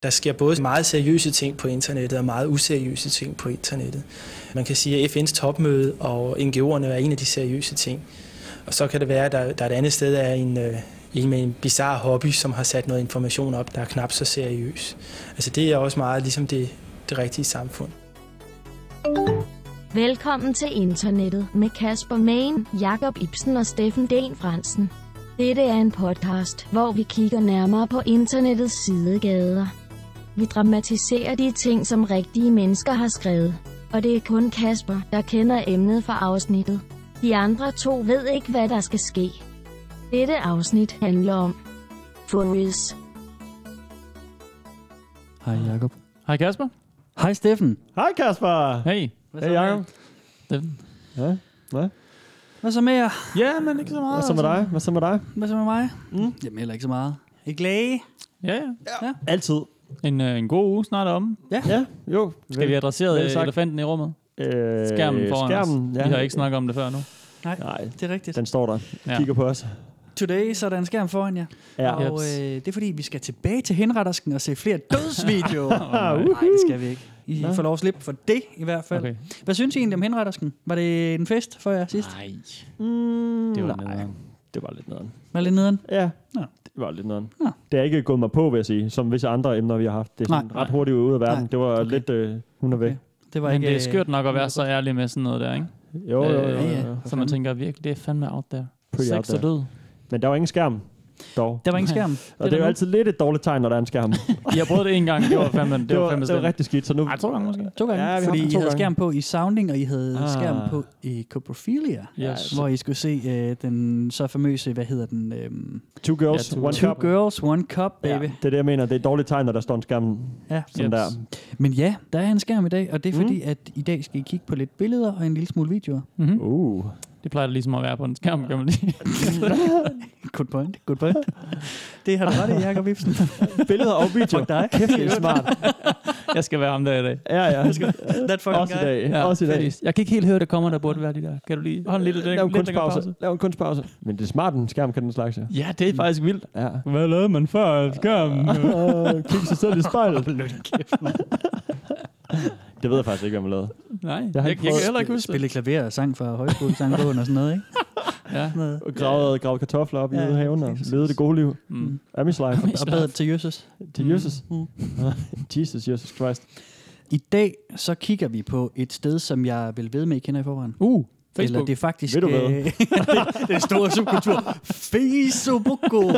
Der sker både meget seriøse ting på internettet og meget useriøse ting på internettet. Man kan sige, at FN's topmøde og NGO'erne er en af de seriøse ting. Og så kan det være, at der et andet sted er en med en bizarre hobby, som har sat noget information op, der er knap så seriøs. Altså det er også meget ligesom det rigtige samfund. Velkommen til internettet med Kasper Main, Jakob Ibsen og Steffen Den Fransen. Dette er en podcast, hvor vi kigger nærmere på internettets sidegader. Vi dramatiserer de ting, som rigtige mennesker har skrevet. Og det er kun Kasper, der kender emnet for afsnittet. De andre to ved ikke, hvad der skal ske. Dette afsnit handler om furries. Hej Jakob. Hej Kasper. Hej Steffen. Hej Kasper. Hey. Hey Jakob. Steffen. Ja, hvad? Hvad så med jer? Ja, men ikke så meget. Hvad så med dig? Hvad så med dig? Hvad så med mig? Jamen heller ikke så meget. Ikke læge? Ja. Altid. En god uge snart er om. Ja, jo. Skal vi adressere elefanten i rummet? Skærmen foran os. Ja. Vi har ikke snakket om det før nu. Nej, det er rigtigt. Den står der. Ja. Kigger på os. Today, så er der en skærm foran jer. Ja. Og det er fordi, vi skal tilbage til henrettersken og se flere dødsvideoer. Nej, det skal vi ikke. I får lov at slippe for det, i hvert fald. Okay. Hvad synes I egentlig om henrettersken? Var det en fest for jer sidst? Nej. Det var nederen. Det var lidt nederen. Var lidt nederen? Ja, Nå. det var lidt nederen. Nå. Det er ikke gået mig på, vil jeg sige, som visse andre emner, vi har haft. Det er sådan ret hurtigt ud af verden. Nej. Det var lidt, hun er væk. Okay. Det var Men ikke, det er skørt nok at være så ærlig med sådan noget der, ikke? Jo. Så man tænker virkelig, det er fandme out there. Pretty out Sex og død. Men der var ingen skærm, dog. Der var ingen skærm. Og det er jo altid lidt et dårligt tegn, når der er en skærm. Jeg har prøvet det en gang, det var fandme det var rigtig skidt. Så nu... Ej, 2 gange måske. 2 gange, Ja, fordi I havde gange. skærm på i Sounding, og I havde skærm på i Coprophilia, hvor I skulle se den så famøse, hvad hedder den? Two Girls, One Two Cup. Girls, One Cup, baby. Ja, det er det, jeg mener. Det er et dårligt tegn, når der står en skærm sådan der. Men ja, der er en skærm i dag, og det er fordi, at i dag skal I kigge på lidt billeder og en lille smule videoer. Mm-hmm. Det plejer det ligesom at være på en skærm, kan man lige. Good point. Det har du ret i, Jakob Ibsen. Billeder og videoer. Fuck dig. Kæft, det er smart. Jeg skal være ham der i dag. Ja. Også i dag. Ja, også i dag. Jeg kan ikke helt høre, der kommer, der burde være de der. Kan du lige holde lidt af det? Lav en kunstpause. Men det er smart, en skærm kan den slags, ja. Ja, det er faktisk vildt. Ja. Hvad lavede man før skærmen? Kig sig selv i spejlet. Det ved jeg faktisk ikke, hvad man lavede. Nej, jeg kan heller ikke huske spille klaver og sang fra højskolesangbogen og sådan noget, ikke? Ja. Og gravet kartofler op i haven og levede det gode liv. Amish life. Og badet til Jesus. Jesus Christ. I dag så kigger vi på et sted, som jeg vil ved med, I kender i forvejen. Facebook. Eller det er faktisk... Ved du hvad? det er store subkultur. Facebook.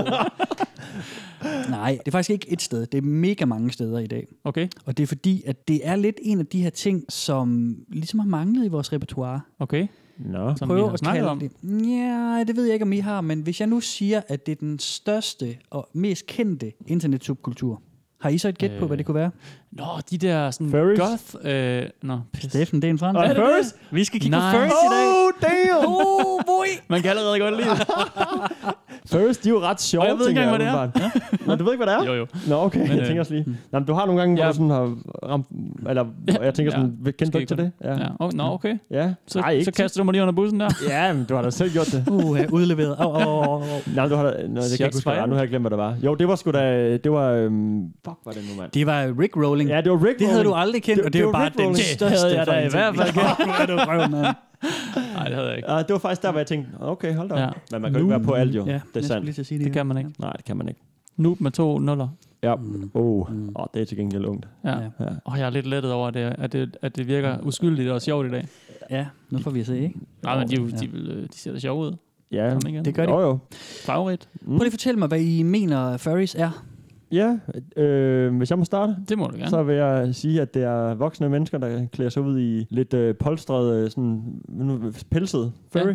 Nej, det er faktisk ikke et sted. Det er mega mange steder i dag. Okay. Og det er fordi, at det er lidt en af de her ting, som ligesom har manglet i vores repertoire. Okay. Nå. Som vi har snakket om. Ja, det ved jeg ikke, om I har, men hvis jeg nu siger, at det er den største og mest kendte internetsubkultur, har I så et gæt på, hvad det kunne være? Nå, de der sådan furries? Goth... Steffen, det er en frans. Og furries? Vi skal kigge på Nice. furries i dag. Damn! Boy! Man kan allerede godt lide det. Furries, de er jo ret sjove, Og jeg ved ikke engang, hvad det er. Nå, du ved ikke, hvad det er? Jo. Nå, okay. Men, jeg tænker også lige. Nå, men du har nogle gange, hvor du sådan har ramt... Eller jeg tænker sådan, kender du ikke til det? Ja. Nå, okay. Ja. Så kaster du mig lige under bussen der. Ja, men du har da selv gjort det. Udleveret. Nej, du har da... Nå, det kan jeg ikke huske, hvad det er. Nu har jeg glemt, hvad det var. Jo, det var sgu da... Det var... Fuck, var det nu, mand? Det var Rick-rolling. Ja, det var Rick-rolling. Det havde du aldrig kendt, og det er jo bare den største. Det havde jeg da i hvert fald kendt. Er du røv, mand. Nej, det havde jeg ikke. Det var faktisk der, hvor jeg tænkte, okay, hold da op. Ja. Men man kan jo ikke være på alt, jo. Ja, det er sandt. Sige det kan man ikke. Nej, det kan man ikke. Noob med 2 nuller. Ja. Det er til gengæld ungt. Ja. Og jeg er lidt lettet over, at det virker uskyldigt og sjovt i dag. Ja, nu får vi at se, ikke? Nej, men de ser da sjove ud. Ja, det gør de. Jo. Favorit. Prøv lige at fortælle mig, hvad I mener furries er. Ja, hvis jeg må starte, det må du gerne. Så vil jeg sige, at det er voksne mennesker, der klæder sig ud i lidt pelstrede, sådan pelset,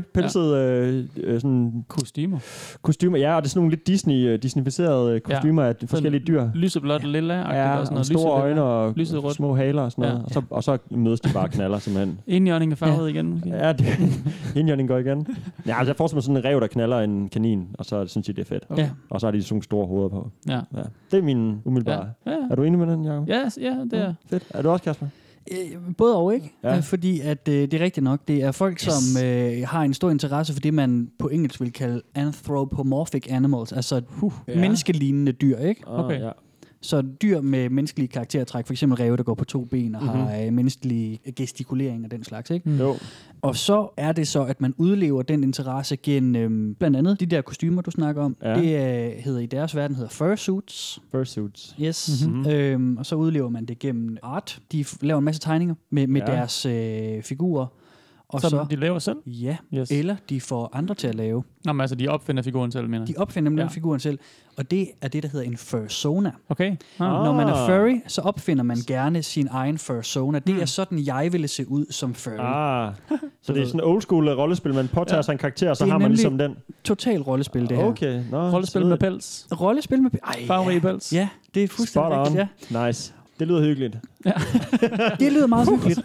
pelset sådan kostymer. Ja, og det er sådan nogle lidt Disney-ificerede kostymer af forskellige dyr. Lyseblåt og lilla. Ja, og store øjne og små haler og sådan noget. Ja. Og så mødes de bare knaller simpelthen. Indjørning er farvet igen måske. Ja, indjørning går igen. Ja, altså jeg forestiller mig sådan en rev, der knaller en kanin, og så synes jeg, det er fedt. Okay. Og så har de sådan store hoveder på. Ja. Det er min umiddelbare. Ja. Er du enig med den, Jacob? Ja, det er. Fedt. Er du også, Kasper? Både og, ikke? Ja. Fordi at det er rigtigt nok. Det er folk, som har en stor interesse for det, man på engelsk vil kalde anthropomorphic animals. Altså menneskelignende dyr, ikke? Okay. Ja. Så dyr med menneskelige karaktertræk, for eksempel ræve, der går på 2 ben og har menneskelig gestikulering og den slags, ikke? Jo. Og så er det så, at man udlever den interesse gennem blandt andet de der kostymer, du snakker om. Ja. Det hedder i deres verden fursuits. Fursuits. Yes. Og så udlever man det gennem art. De laver en masse tegninger med deres figurer. Og så de laver selv? Ja, eller de får andre til at lave. Nå, men altså, de opfinder figuren selv, mener jeg. De opfinder nemlig figuren selv, og det er det, der hedder en fursona. Okay. Når man er furry, så opfinder man gerne sin egen fursona. Det er sådan, jeg ville se ud som furry. Så det er sådan en old school rollespil, man påtager sig en karakter, så har man ligesom den. Total rollespil, det her. Okay. Rollespil med pels. Rollespil med pels. Farverige pels. Ja, det er fuldstændig rigtigt, ja. Nice. Det lyder hyggeligt. Ja. Det lyder meget hyggeligt.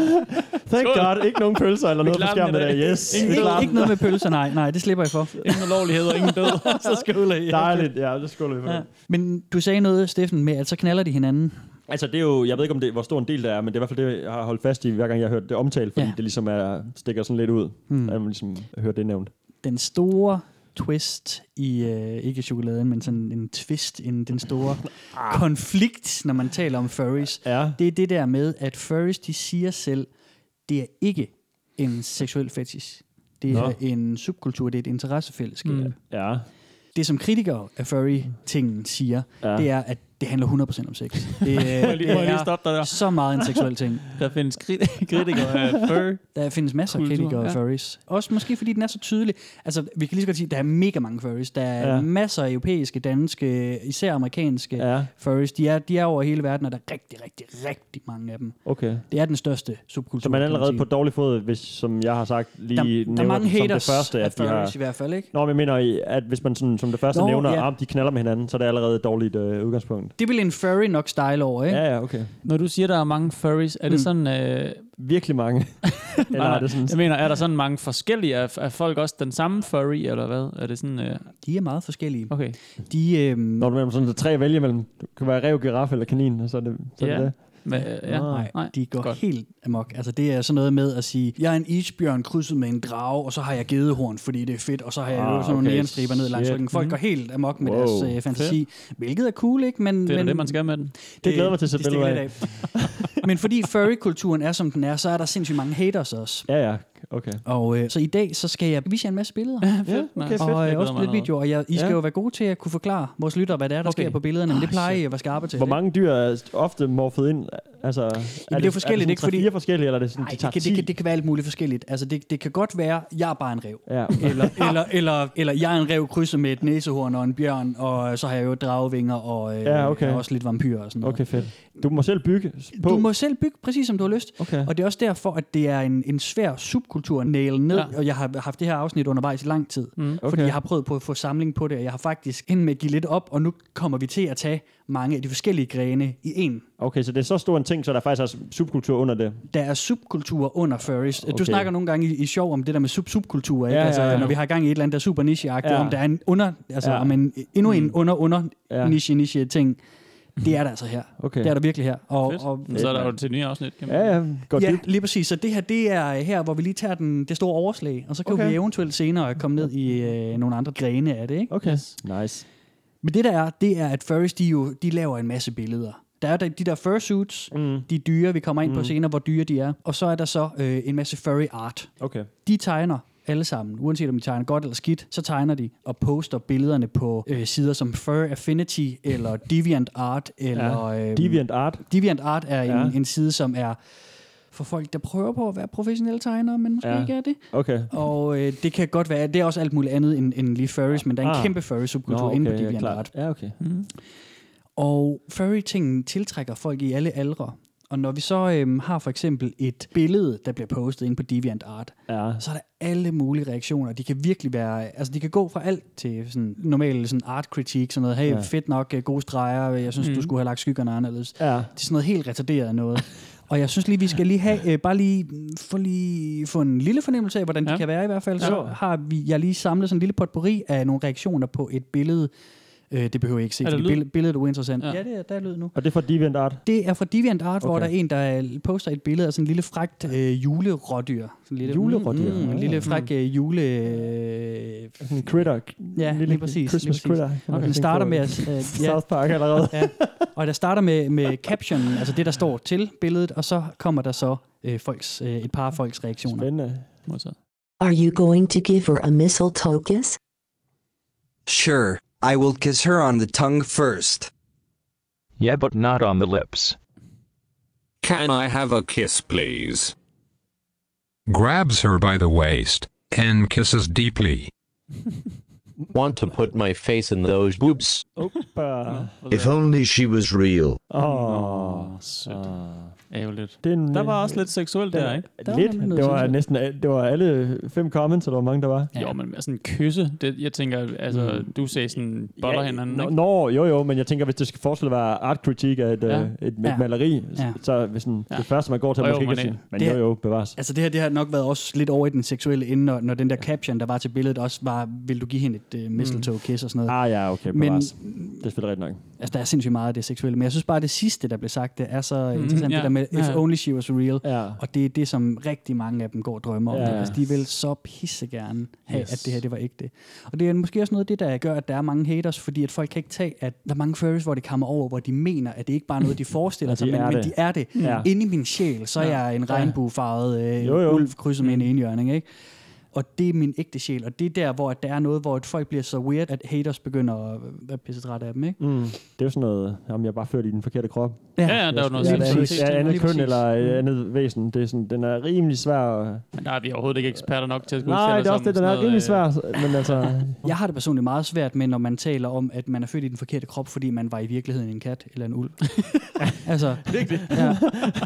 Thank God. Ikke nogen pølser eller noget på skærmen i dag. Yes. Ikke noget med pølser, nej. Det slipper jeg for. Ingen ulovligheder, ingen død. Så skåler I. Dejligt. Ja, det skåler vi for. Ja. Men du sagde noget, Steffen, med at så knaller de hinanden. Altså det er jo, jeg ved ikke om det, hvor stor en del der er, men det er i hvert fald det, jeg har holdt fast i, hver gang jeg har hørt det omtalt, fordi det ligesom stikker sådan lidt ud, at man ligesom hører det nævnt. Den store twist i, ikke chokoladen, men sådan en twist, den store konflikt, når man taler om furries, det er det der med, at furries, de siger selv, det er ikke en seksuel fetish. Det er en subkultur, det er et interessefællesskab. Ja. Det, som kritikere af furry-tingen siger, det er, at det handler 100% om sex. Det er så meget en seksuel ting. Der findes kritikere af fur. Der findes masser af kritikere af furries. Også måske, fordi den er så tydelig. Altså, vi kan lige så godt sige, at der er mega mange furries. Der er masser af europæiske, danske, især amerikanske furries. De er over hele verden, og der er rigtig mange af dem. Okay. Det er den største subkultur. Så man er allerede på dårlig fod, hvis, som jeg har sagt, lige der er mange haters som det første, at de har, i hvert fald, ikke? Nå, men jeg mener, at hvis man sådan, som det første nævner, de knaller med hinanden, så er det allerede et dårligt udgangspunkt. Det vil en furry nok style over, ikke? Ja, okay. Når du siger, der er mange furries, er det sådan... Virkelig mange. Eller er det sådan... Jeg mener, er der sådan mange forskellige? Er folk også den samme furry, eller hvad? Er det sådan... De er meget forskellige. Okay. Når du er sådan 3 vælge mellem, du kan være ræv, giraf eller kanin, og så er det det. Nej, de går helt amok. Altså, det er sådan noget med at sige, jeg er en isbjørn krydset med en drage, og så har jeg gedehorn, fordi det er fedt, og så har jeg sådan nogle neonstriber ned langs ryggen. Folk går helt amok med deres fantasi, hvilket er cool, ikke? Men det er det, man skal med den. Det glæder mig til at se billeder af. Men fordi furry-kulturen er, som den er, så er der sindssygt mange haters også. Ja, okay. Og så i dag, så skal jeg vise jer en masse billeder. Okay, og også lidt videoer. Og I skal jo være gode til at kunne forklare vores lyttere, hvad det er, der sker på billederne. Men det plejer I at være skarpe til. Hvor mange dyr er ofte morfet ind? Altså, det er jo forskelligt, ikke? Fordi 4 forskellige, eller er det sådan, det kan være alt muligt forskelligt. Altså, det kan godt være, jeg er bare en ræv. Ja. eller jeg er en ræv krydset med et næsehorn og en bjørn, og så har jeg jo dragevinger og også lidt vampyr og sådan noget. Okay, fedt. Du må selv bygge på. Du må selv bygge præcis, som du har lyst. Okay. Og det er også derfor, at det er en svær subkultur at næle ned. Og jeg har haft det her afsnit undervejs i lang tid. Fordi jeg har prøvet på at få samling på det, og jeg har faktisk endt med at give lidt op, og nu kommer vi til at tage mange af de forskellige grene i en. Okay, så det er så stor en ting, så der faktisk er subkultur under det? Der er subkultur under furries. Okay. Du snakker nogle gange i sjov om det der med subkultur, ikke? Altså, når vi har gang i et eller andet, der er super niche-agtigt, om der er en om endnu en under niche ting. Det er der altså her. Okay. Det er der virkelig her. Og så er der jo til nye afsnit. Lige præcis. Så det her, det er her, hvor vi lige tager det store overslag, og så kan vi eventuelt senere komme ned i nogle andre grene af det, ikke? Okay, nice. Men det der det er, at furries, de laver en masse billeder. Der er de der fursuits, de dyre, vi kommer ind på senere, hvor dyre de er. Og så er der så en masse furry art. Okay. De tegner alle sammen, uanset om de tegner godt eller skidt, så tegner de og poster billederne på sider som Fur Affinity eller DeviantArt. DeviantArt er en side, som er for folk, der prøver på at være professionelle tegnere, men måske ikke er det. Okay. Og det kan godt være, det er også alt muligt andet end lige furries, men der er en kæmpe furry subkultur inde på DeviantArt. Ja, okay. Og furry-tingen tiltrækker folk i alle aldre. Og når vi så har for eksempel et billede, der bliver postet ind på DeviantArt, så er der alle mulige reaktioner. De kan virkelig være, altså de kan gå fra alt til sådan normal sådan art-kritik, sådan noget, hey, fedt nok, gode streger, jeg synes, du skulle have lagt skyggerne anderledes. Det er sådan noget helt retarderet noget. Og jeg synes lige, vi skal lige have, få en lille fornemmelse af, hvordan det kan være i hvert fald. Så har jeg lige samlet sådan en lille potpourri af nogle reaktioner på et billede, Det behøver jeg ikke se, fordi billedet er uinteressant. Ja, der er lyd nu. Og det er fra DeviantArt? Det er fra DeviantArt, hvor der er en, der poster et billede af sådan en lille frækt julerådyr. Julerådyr? En lille fræk jule... en critter? Ja, lige præcis. Christmas critter. Den starter med... South Park allerede. Ja. Og der starter med captionen, altså det, der står til billedet, og så kommer der så et par folks reaktioner. Spændende. Are you going to give her a mistletoe kiss? Sure, I will kiss her on the tongue first. Yeah, but not on the lips. Can I have a kiss, please? Grabs her by the waist and kisses deeply. Want to put my face in those boobs? If only she was real. Ærgerligt. Der var også lidt seksuelt der, ikke? Lidt. Det var næsten det var alle 5 comments, eller hvor mange der var. Jo, men sådan en kysse, det, jeg tænker, altså, du sagde sådan boller hinanden, ikke? Jo, men jeg tænker, hvis det skal forestille at være artkritik af et maleri, så hvis det første, man går til, måske ikke sige, men jo, bevares. Altså det har nok været også lidt over i den seksuelle ende, når den der caption, der var til billedet, også var, vil du give hende et mistletoe kiss og sådan noget. Ja, okay, bevares. Det er selvfølgelig rigtigt nok. Altså, der er sindssygt meget af det seksuelle, men jeg synes bare, det sidste, der blev sagt, det er så interessant, det der med, if only she was real. Ja. Og det er det, som rigtig mange af dem går og drømmer om. Altså, de vil så pisse gerne have, at det her, det var ægte. Og det er måske også noget af det, der gør, at der er mange haters, fordi at folk kan ikke tage, at der er mange furries, hvor det kommer over, hvor de mener, at det ikke bare er noget, de forestiller sig, men de er det. Ja. Inde i min sjæl, så er jeg en regnbuefarvet ulv krydset med en enhjørning, ikke? Og det er min ægte sjæl, og det er der, hvor der er noget, hvor folk bliver så weird, at haters begynder at være pissetræt af dem, ikke? Det er jo sådan noget, om jeg bare ført i den forkerte krop. Ja, der er jo noget andet køn eller andet væsen. Det er sådan, den er rimelig svær. Men der er vi overhovedet ikke eksperter nok til at skulle Nej, det er også det, den er rimelig svær. Men altså... Jeg har det personligt meget svært med, når man taler om, at man er født i den forkerte krop, fordi man var i virkeligheden en kat eller en ulv. Altså, ja.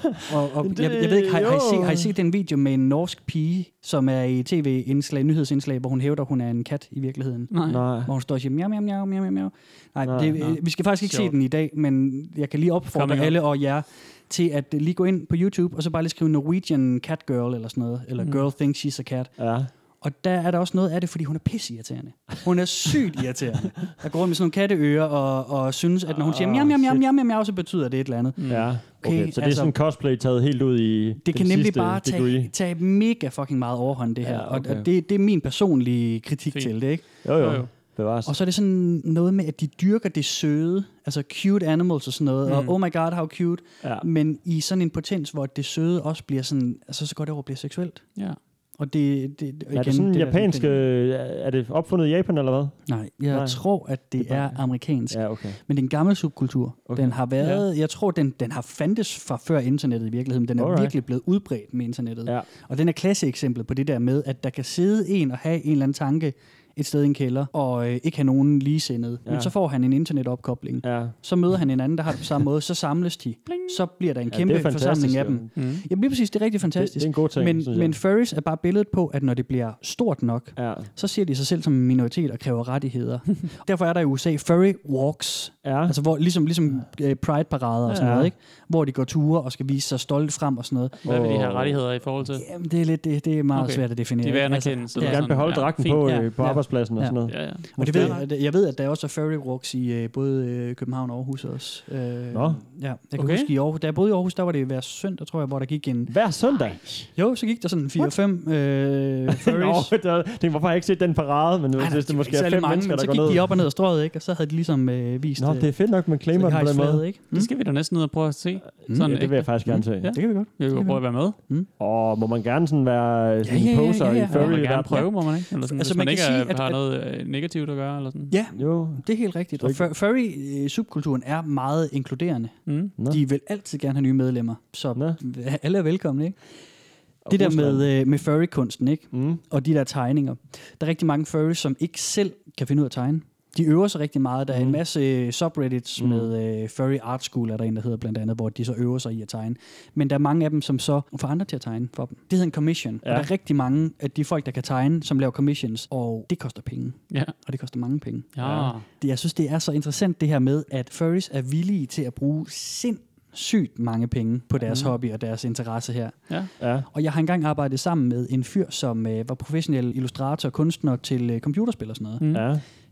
Og jeg ved ikke, har I set den video med en norsk pige, som er i nyhedsindslag, hvor hun hævder, hun er en kat i virkeligheden? Nej. Hvor hun står og siger, miau, miau, miau, miau, miau. Nej, vi skal faktisk ikke se den i dag, men jeg kan lige opfordre alle og jer til at lige gå ind på YouTube, og så bare lige skrive Norwegian Cat Girl, eller sådan noget, eller Girl Thinks She's a Cat. Ja. Og der er der også noget af det, fordi hun er pisseirriterende. Hun er sygt irriterende. Der går rundt med sådan nogle katteører og synes, at når hun siger miau, miau, miau, miau, miau, så betyder det et eller andet. Ja, okay. Så det er sådan cosplay taget helt ud i det kan nemlig bare tage mega fucking meget overhånd, det her. Ja, okay. Og det er min personlige kritik til det, ikke? Jo. Bevares. Og så er det sådan noget med, at de dyrker det søde, altså cute animals og sådan noget, og oh my god, how cute. Ja. Men i sådan en potens, hvor det søde også bliver sådan, altså så går det over og bliver seksuelt. Ja. Og det er det sådan japansk? Er det opfundet i Japan, eller hvad? Nej, jeg tror, at det er amerikansk. Ja, okay. Men det er en gammel subkultur. Okay. Den har været, jeg tror, den har fandtes fra før internettet i virkeligheden. Den er virkelig blevet udbredt med internettet. Ja. Og den er klasseeksemplet på det der med, at der kan sidde en og have en eller anden tanke et sted i en kælder, og ikke have nogen ligesindede. Ja. Men så får han en internetopkobling. Ja. Så møder han en anden, der har det på samme måde. Så samles de. Bling. Så bliver der en kæmpe forsamling af dem. Jamen lige præcis, det er rigtig fantastisk. Det er en god ting, men furries er bare billedet på, at når det bliver stort nok, så ser de sig selv som en minoritet og kræver rettigheder. Derfor er der i USA furry walks. Ja. Altså hvor, ligesom pride-parader og sådan noget, ikke? Hvor de går ture og skal vise sig stolt frem og sådan noget. Hvad vil de have rettigheder i forhold til? Jamen, det er meget svært at definere. De vil anerkende. De vil gerne beholde dragten på arbejdspladsen og sådan noget. Ja. Og jeg ved, at der er også furry walks i både København og Aarhus også. Ja, jeg kan huske i Aarhus. Da jeg boede i Aarhus, der var det hver søndag, tror jeg, hvor der gik en... Hver søndag? Jo, så gik der sådan 4-5 furries. Hvorfor har jeg ikke set den parade? Men hvis det måske er 5 mennesker, der går ned. Så gik de op og ned og strøget, ikke? Og så havde de ligesom vist... Nå, det er fedt nok med claimer på den måde. Ikke? Det skal vi da næsten ud og prøve at se. Sådan det vil jeg faktisk gerne se. Ja, det kan vi godt. Vi kan prøve at være med. Og må man gerne sådan være poser i furry? Må man gerne prøve, må man ikke? Eller sådan, hvis man ikke har noget negativt at gøre, eller sådan. Ja, det er helt rigtigt. Og furry-subkulturen er meget inkluderende. De vil altid gerne have nye medlemmer, så alle er velkomne, ikke? Det der med furry-kunsten, ikke? Og de der tegninger. Der er rigtig mange furries, som ikke selv kan finde ud af at tegne. De øver sig rigtig meget. Der er en masse subreddits med Furry Art School, er der en, der hedder blandt andet, hvor de så øver sig i at tegne. Men der er mange af dem, som så får andre til at tegne for dem. Det hedder en commission. Ja. Og der er rigtig mange af de folk, der kan tegne, som laver commissions, og det koster penge. Ja. Og det koster mange penge. Ja. Jeg synes, det er så interessant det her med, at furries er villige til at bruge sygt mange penge på deres hobby og deres interesse her. Ja. Og jeg har engang arbejdet sammen med en fyr, som var professionel illustrator og kunstner til computerspil og sådan noget. Ja.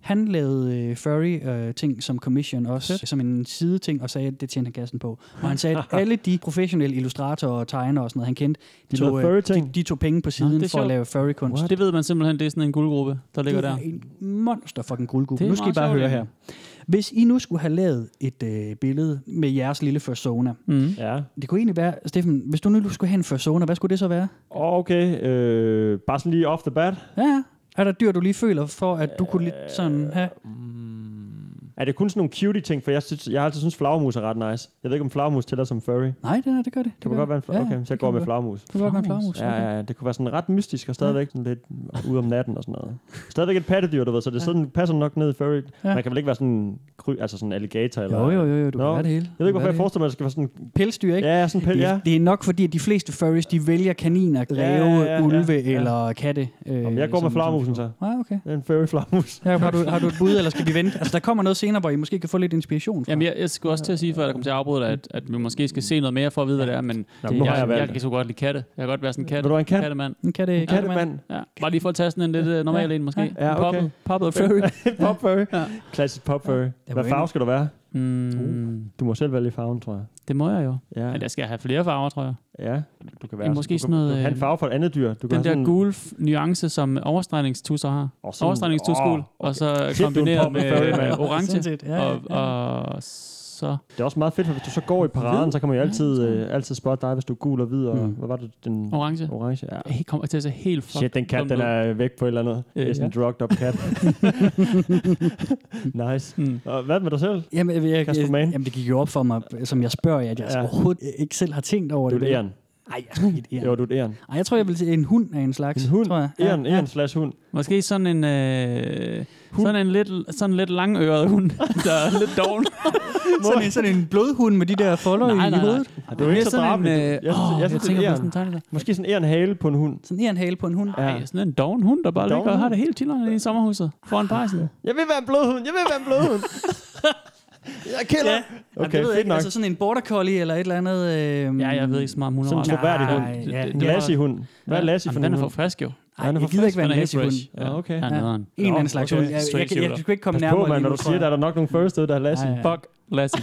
Han lavede furry-ting som commission også, som en sideting, og sagde, at det tjente han kassen på. Og han sagde, at alle de professionelle illustratorer og tegnere og sådan noget, han kendte, de tog penge på siden for at lave furry-kunst. Det ved man simpelthen, det er sådan en guldgruppe, der ligger der. Det er en monster fucking guldgruppe. Nu skal I bare høre her. Hvis I nu skulle have lavet et billede med jeres lille fursona, det kunne egentlig være, Steffen, hvis du nu skulle have en fursona, hvad skulle det så være? Okay, bare sådan lige off the bat. Ja. Er der dyr, du lige føler for, at du kunne lidt sådan have? Er det kun sådan nogle cutie-ting? For jeg har altid synes flagermus er ret nice. Jeg ved ikke, om flagermus tæller som furry. Nej, det gør det. Det kan godt være en flagermus. Okay, så jeg går med flagermus. Det kan godt være en flagermus. Ja, det kunne være sådan ret mystisk og stadigvæk sådan lidt ude om natten og sådan noget. Stadigvæk et pattedyr, du ved, så det sådan passer nok ned i furry. Man kan vel ikke være sådan altså sådan alligator eller... Jo, du kan være det hele. Jeg ved ikke, hvorfor jeg forestiller mig, at det skal være sådan... Pelsdyr, ikke? Ja, sådan pels, det er nok fordi, at de fleste furries, de vælger kaniner, ræve, ulve eller katte. Jeg går med flagermusen så. Okay. Det er en furry flagermus. Har du et bud, eller skal vi vente? Altså, der kommer noget senere, hvor I måske kan få lidt inspiration fra. Jamen, jeg skulle også til at sige, før jeg kommer til at afbryde dig, at vi måske skal se noget mere for at vide, hvad det er, men jeg kan så godt lide katte. Jeg kan godt være sådan en kattemand. En kattemand? Ja. Bare lige for at tage sådan en lidt normal en, måske. Ja, okay. Poppet furry. Pop furry. Klassisk pop furry. Hvad farve skal du være? Du må selv vælge farven, tror jeg. Det må jeg jo. Ja. Men jeg skal have flere farver, tror jeg. Ja, du kan være måske sådan noget. Du kan have en farve for et andet dyr. Du den der gule nuance, som overstregningstusser har. Overstregningstusgul, og så kombineret med orange. Og så... Det er også meget fedt, for hvis du så går i paraden, så kan man jo altid spotte dig, hvis du er gul og hvid. Og hvad var det? Den orange. Ja. Jeg kommer til at se helt fucked. Shit, den kat, den er væk på et eller andet. Det er sådan en drugged up kat. Nice. Og hvad med dig selv? Jamen, det gik jo op for mig, som jeg spørger jer, at jeg overhovedet ikke selv har tænkt over det. Du er et æren. Nej, jeg er ikke et æren. Jo, du er et æren. Ej, jeg tror, jeg vil sige en hund af en slags. En hund? Tror jeg. Æren/hund. Måske sådan en... Sådan en lidt langøret hund, der er lidt doven. sådan en blodhund med de der folder i hovedet. Det er jo ikke så drabeligt. Jeg synes, det er æren. Måske sådan en æren-hale på en hund. Sådan en æren-hale på en hund? Ja, sådan en doven hund, der bare ligger og har det helt chillende i sommerhuset foran pejsen. Jeg vil være en blodhund. Jeg kælder. Ja. Okay, fedt nok. Altså sådan en border collie eller et eller andet... Ja, jeg ved ikke så meget om hunde. Sådan en troværdig hund. En Lassie-hund. Hvad er Lassie for en hund? Den er for frisk jo. Ej, jeg gider ikke være en Lassie-hund. Ja, okay. En eller anden slags hund. Jeg skulle ikke komme nærmere. Pas på, når du siger, der er der nok nogle first der er Lassie. Fuck Lassie.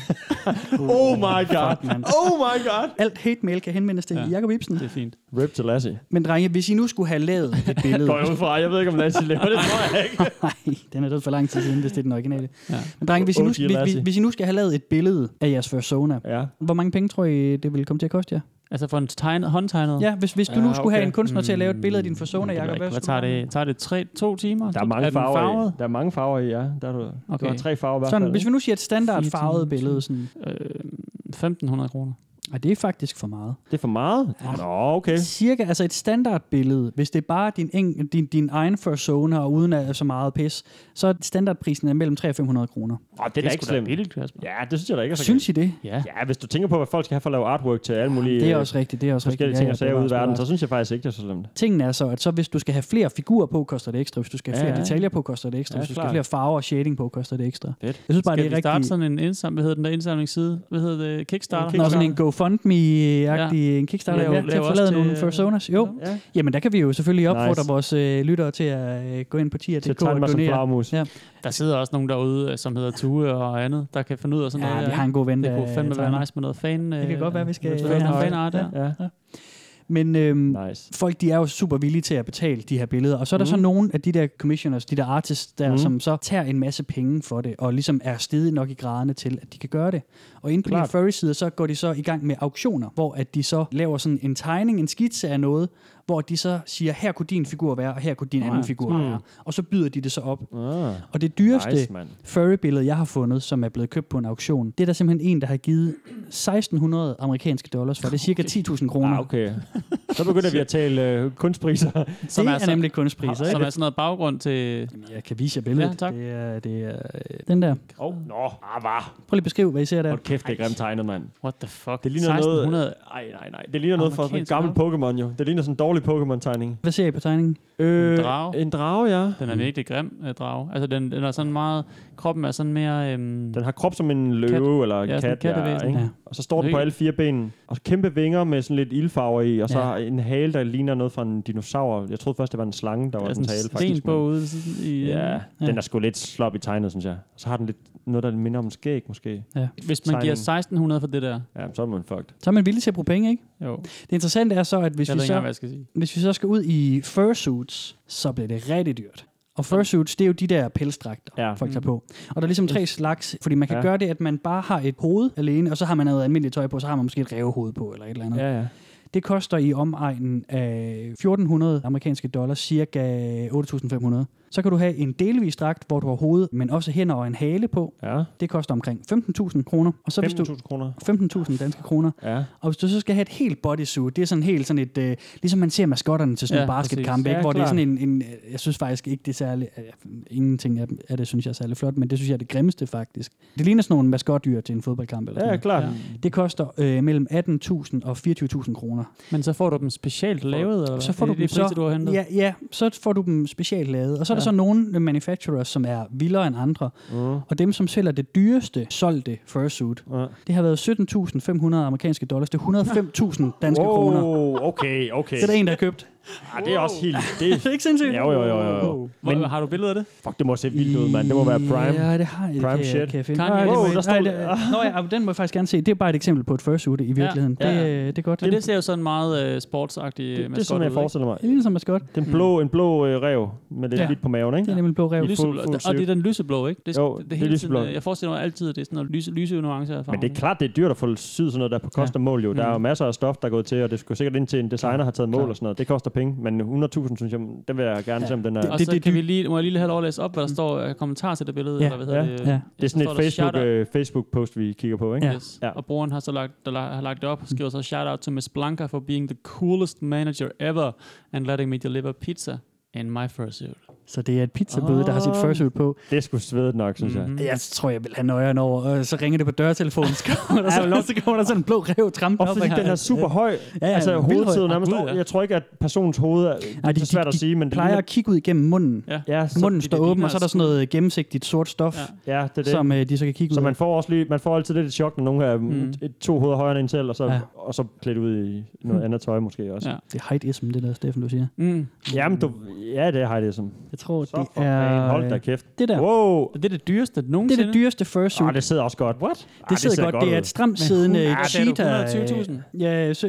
Oh my god. Alt hate-mail kan henvendes til Jakob Ibsen. Det er fint. Rip til Lassie. Men drenge, hvis I nu skulle have lavet et billede... Går jeg ud fra, jeg ved ikke, om Lassie lever. Det tror jeg ikke. Nej, den er død for lang tid siden, hvis det er den originale. Ja. Men drenge, hvis I nu skal have lavet et billede af jeres fursona, hvor mange penge tror I, det ville komme til at koste jer? Altså for en håndtegnet? Ja, hvis du nu skulle have en kunstner til at lave et billede af din fursona, Jakob, hvad tager det 2 timer? Der er mange farver i. Der er mange farver i, ja. Du har 3 farver i hvert fald. Sådan, hvis vi nu siger et standard farvet billede, sådan... 1.500 kroner. Og det er faktisk for meget. Det er for meget? Ja. Nå, okay. Cirka, altså et standardbillede, hvis det er bare din egen fursona og uden af så meget pis, så er standardprisen er mellem 300 og 500 kroner. Det er ikke slemt. Ja, det synes jeg da ikke er så Synes I det? Ja, hvis du tænker på, hvad folk skal have for at lave artwork til alle mulige det er også rigtigt, forskellige ting og sager ude i verden, så synes jeg faktisk ikke, det er så slemt. Tingen er så, at så hvis du skal have flere figurer på, koster det ekstra. Hvis du skal have flere detaljer på, koster det ekstra. Hvis du skal have flere farver og shading på, koster det ekstra. Fedt. Jeg synes bare, det er rigtigt. Skal vi starte sådan en hvad hedder den der indsamlingsside? Hvad hedder det? Kickstarter? Nå, sådan en GoFundMe-agtig en Kickstarter til at få lavet nogle personas. Jo. Ja. Jamen, der kan vi jo selvfølgelig opfordre vores lyttere til at gå ind på tier.dk og donere. Ja. Der sidder også nogen derude, som hedder Tue og andet, der kan finde ud af sådan noget. Ja, vi har en god ven. Det kunne fandme være nice med noget fan. Det kan godt være, vi skal fanart der. Ja. Men folk, de er jo super villige til at betale de her billeder. Og så er der så nogle af de der commissioners, de der artists der, som så tager en masse penge for det, og ligesom er stedige nok i graderne til, at de kan gøre det. Og inde på de her furry-sider, så går de så i gang med auktioner, hvor at de så laver sådan en tegning, en skitse af noget, hvor de så siger, her kunne din figur være, og her kunne din anden figur være. Og så byder de det så op. Og det dyreste furry-billede, jeg har fundet, som er blevet købt på en auktion, det er der simpelthen en, der har givet $1.600 amerikanske dollars for. Det er cirka 10.000 kroner. Okay. Så begynder vi at tale kunstpriser. Det er nemlig kunstpriser. Som er sådan noget baggrund til... Jamen, jeg kan vise jer billedet. Ja, tak. Det er den der. Prøv lige at beskrive, hvad I ser der. Hold kæft, det er grimt tegnet, mand. What the fuck? Det ligner noget... Nej. Det ligner noget fra en gammel Pokémon, jo. Det ligner sådan en dårlig Pokémon-tegning. Hvad ser I på tegningen? En drage. En drage, ja. Den er virkelig grim, drage. Altså, den er sådan meget... Kroppen er sådan mere... Den har krop som en løve eller en kat. Ja, ikke? Og så står den på alle 4 ben. Og kæmpe vinger med sådan lidt ildfarver i. Og så en hale, der ligner noget fra en dinosaur. Jeg troede først, det var en slange, der var den hale. Sten på ude i... Ja, den er sgu lidt sloppy tegnet, synes jeg. Så har den lidt noget, der minder om skæg, måske. Ja. Hvis man giver 1.600 for det der... Ja, så er man fucked. Så er man villig til at bruge penge, ikke? Jo. Det interessante er så, at hvis vi så skal ud i fursuits, så bliver det rigtig dyrt. Og fursuits, det er jo de der pelsdragter, folk tager på. Og der er ligesom 3 slags, fordi man kan gøre det, at man bare har et hoved alene, og så har man noget almindeligt tøj på, så har man måske et rævehoved på, eller et eller andet. Ja. Det koster i omegnen af $1.400 amerikanske dollars, cirka 8.500. Så kan du have en delvis dragt, hvor du har hoved, men også hænder og en hale på. Ja. Det koster omkring 15.000 kroner. Og så 15.000 kroner? 15.000 danske kroner. Ja. Og hvis du så skal have et helt bodysuit, det er sådan helt sådan et, ligesom man ser maskotterne til sådan en basketkamp, hvor det er sådan en, jeg synes faktisk ikke, det er særlig, ingenting af det synes jeg er særlig flot, men det synes jeg er det grimmeste faktisk. Det ligner sådan nogle maskotdyr til en fodboldkamp. Eller sådan ja, klart. Ja. Det koster mellem 18.000 og 24.000 kroner. Men så får du dem specielt lavet, eller så får du dem priser, du har hentet? Ja, så får du dem specielt lavet. Og så er der så nogle manufacturers, som er vildere end andre. Og dem, som sælger det dyreste solgte fursuit, det har været 17.500 amerikanske dollars. Det er 105.000 danske kroner. Okay. Det er der en, der har købt. Det er også helt... Det er ikke sindssygt. Jo. Men har du billeder af det? Fuck, det må se vildt ud, mand. Det må være prime. Ja, det har jeg. Prime shit. Kan jeg finde. Der står... den må jeg faktisk gerne se. Det er bare et eksempel på et fursuit i virkeligheden. Det er godt. Men det ser jo sådan meget sportsagtigt maskot ud. Det er sådan, jeg forestiller mig. Det ligner som maskot. Den en blå rev med lidt hvidt på maven, ikke? Det er nemlig en blå rev. Og det er den lyseblå, ikke? Det er lyseblå. Jeg forestiller mig altid, at det er sådan noget lyse nuancer af farven. Men det er klart, det er dyrt at få syet sådan noget der på koster mål jo. Der er jo masser af stof, der er gået til, og det skulle sikkert ind til en designer har taget mål og sådan noget. Det koster penge, men 100.000, synes jeg, den vil jeg gerne se, om den er... Og så må jeg lige have lov at læse op, hvad der står kommentar til det billede, eller hvad hedder det? Det er sådan et Facebook-post, vi kigger på, ikke? Yes. Og brugeren har så lagt det op, skriver så, shout out to Miss Blanca for being the coolest manager ever, and letting me deliver pizza in my fursuit. Så det er et pizzabøde, der har sit fursuit på. Det er sgu svedet nok, synes jeg. Jeg tror, jeg vil have nøjeren over, og så ringer det på dørtelefonen, så kommer der sådan en blå rev trampe op. Og fordi den er super høj. Altså hovedsiden nærmest. Jeg tror ikke, at personens hoved er svært at sige, men de plejer at kigge ud igennem munden. Ja, munden står åben, og så er der sådan noget gennemsigtigt sort stof, som de så kan kigge ud. Så man får også man får altid lidt et chok, når nogen har 2 hoveder højere end en selv, og så klædt ud i noget andet tøj måske også. Det er heightism, det der, Steffen, du siger. Jamen, det er heightism. Jeg tror, det er... Hold da kæft. Det der. Wow. Det er det dyreste nogensinde? Det er det dyreste fursuit. Det sidder også godt. What? Det sidder godt. Det er et stramt siddende cheetah. 120.000? Ja, 105.000.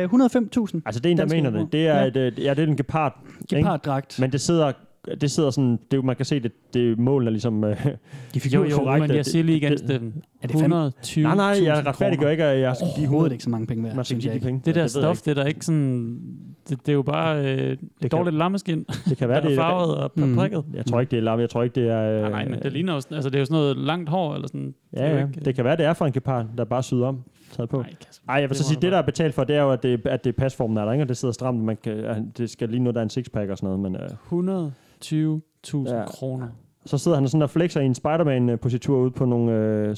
Altså, det er en, der mener det. Det er, det er en gepard. Geparddragt. Men det sidder sådan, man kan se, det målene er ligesom... De fik jo korrekt. Men jeg siger lige igen, Steffen. Er det 120.000? Nej, jeg retfærdiggør ikke, at jeg skal give hovedet ikke så mange penge værd. Man skal give de penge. Det der stof, det er der ikke sådan... Det er jo bare et dårligt lammeskin. Det kan være, det er farvet og prikket. Jeg tror ikke, det er lamme. Jeg tror ikke, det er... Nej, men det ligner også... Altså, det er jo sådan noget langt hår, eller sådan... Ja, det kan være, det er fra en gepard, der bare syder om. Taget på. Jeg vil så sige, det der er betalt for, det er jo, at det er pasformen, der er der, ikke? Og det sidder stramt. Det skal lige nu, der er en sixpack og sådan noget, men... 120.000 kroner. Så sidder han sådan og flexer i en Spider-Man-positur ude på nogle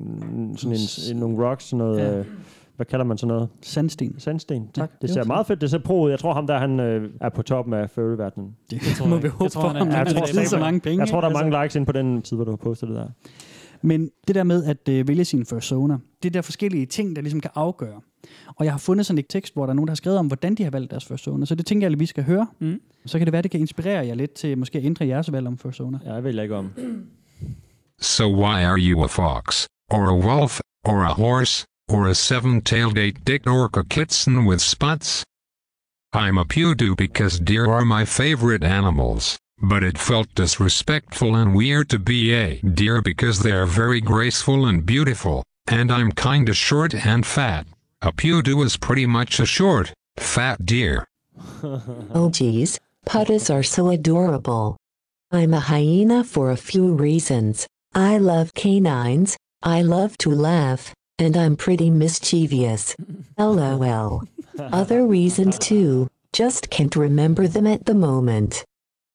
rocks, sådan noget... Hvad kalder man sådan noget? Sandsten, tak. Det ser meget fedt. Det ser pro ud. Jeg tror, ham der, han er på toppen af furry-verdenen. Det må vi håbe for ham. Jeg tror, der er mange likes inde på den side, hvor du har postet det der. Men det der med at vælge sin persona, det er der forskellige ting, der ligesom kan afgøre. Og jeg har fundet sådan et tekst, hvor der er nogen, der har skrevet om, hvordan de har valgt deres persona. Så det tænker jeg, at vi skal høre. Så kan det være, det kan inspirere jer lidt til måske at ændre jeres valg om persona. Ja, jeg ved ikke om. So why are you a fox, or a wolf, or a horse, or a 7-tailed 8-dicked orca kitten with spots? I'm a pewdoo because deer are my favorite animals. But it felt disrespectful and weird to be a deer because they're very graceful and beautiful, and I'm kinda short and fat. A pewdoo is pretty much a short, fat deer. Oh geez, puttas are so adorable. I'm a hyena for a few reasons. I love canines, I love to laugh, and I'm pretty mischievous. LOL. Other reasons too, just can't remember them at the moment.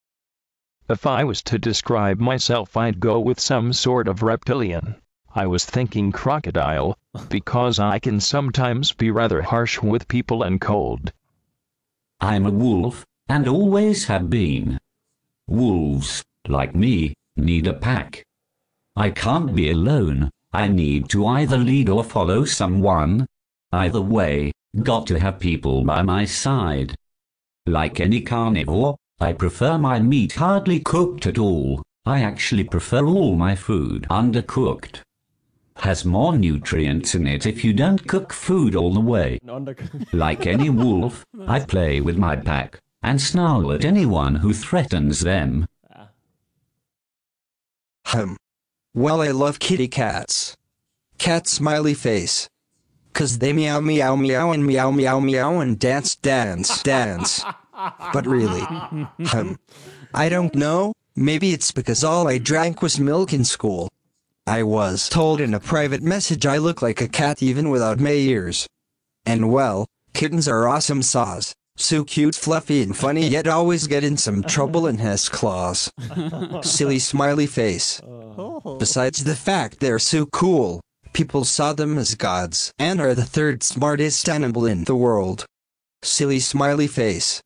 If I was to describe myself, I'd go with some sort of reptilian. I was thinking crocodile, because I can sometimes be rather harsh with people and cold. I'm a wolf, and always have been. Wolves, like me, need a pack. I can't be alone, I need to either lead or follow someone. Either way, Got to have people by my side. Like any carnivore, I prefer my meat hardly cooked at all. I actually prefer all my food undercooked. Has more nutrients in it if you don't cook food all the way. Like any wolf, I play with my pack and snarl at anyone who threatens them. Well, I love kitty cats. Cat smiley face. 'Cause they meow meow meow and meow meow meow and dance dance dance. But really, I don't know, maybe it's because all I drank was milk in school. I was told in a private message I look like a cat even without my ears. And well, kittens are awesome saws. So cute, fluffy and funny, yet always get in some trouble and has claws. Silly smiley face. Besides the fact they're so cool, people saw them as gods and are the third smartest animal in the world. Silly smiley face.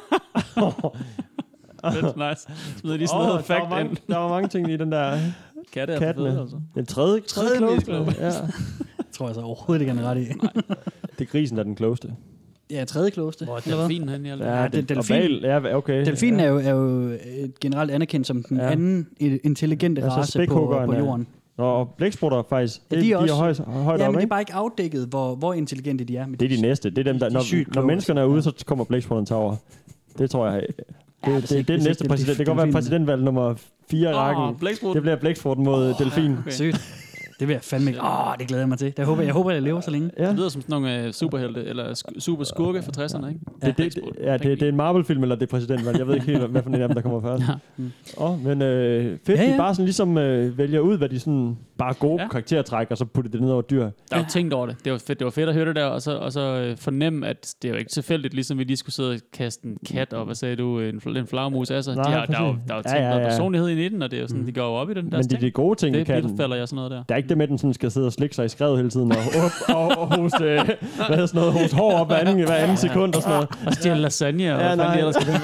That's nice. Smider lige sådan noget fact ind. Der var mange ting i den der katte. Altså. Den tredje klogeste. Ja. Jeg tror altså overhovedet ikke, han er ret i. Det er grisen, der er den klogeste. Ja, tredje klogeste. Hvor er delfinen hen i alt? Ja, okay. Delfinen er jo generelt anerkendt som den anden intelligente race på jorden. Og blæksprutter faktisk. Ja, de er også højt men det er bare ikke afdækket, hvor intelligente de er. Det er de næste. Det er dem, der, når menneskerne er ude, så kommer blæksprutterne til over. Det tror jeg. Det er den næste præsident. Det kan godt være præsidentvalg nummer 4 i rækken. Det bliver blæksprutten mod delfin. Okay. Sygt. Det vil jeg fandme ikke. Det glæder jeg mig til. Jeg håber, jeg lever så længe. Ja. Det lyder som sådan nogle superhelte, eller super skurke fra 60'erne, ikke? Det er en Marvel-film, eller det er præsidentvalg. Jeg ved ikke helt, hvad for en af dem, der kommer først. Men fedt, de bare sådan ligesom vælger ud, hvad de sådan bare gode karaktertræk, og så putter det ned over dyr. Der er jo tænkt over det. Det var fedt at høre det der, og så fornemme, at det er jo ikke tilfældigt, ligesom vi lige skulle sidde og kaste en kat, og hvad sagde du, en flagermus af sig. Der er jo tænkt noget personlighed i den, og det er jo sådan, de går jo op i den der. Men det er de gode ting i katten. Det falder jeg sådan noget der. Der er ikke det med, den sådan skal sidde og slikke sig i skrevet hele tiden, og hoste, hoste hår op hver anden sekund og sådan noget. Og stjæle lasagne, og hvad fanden de ellers skal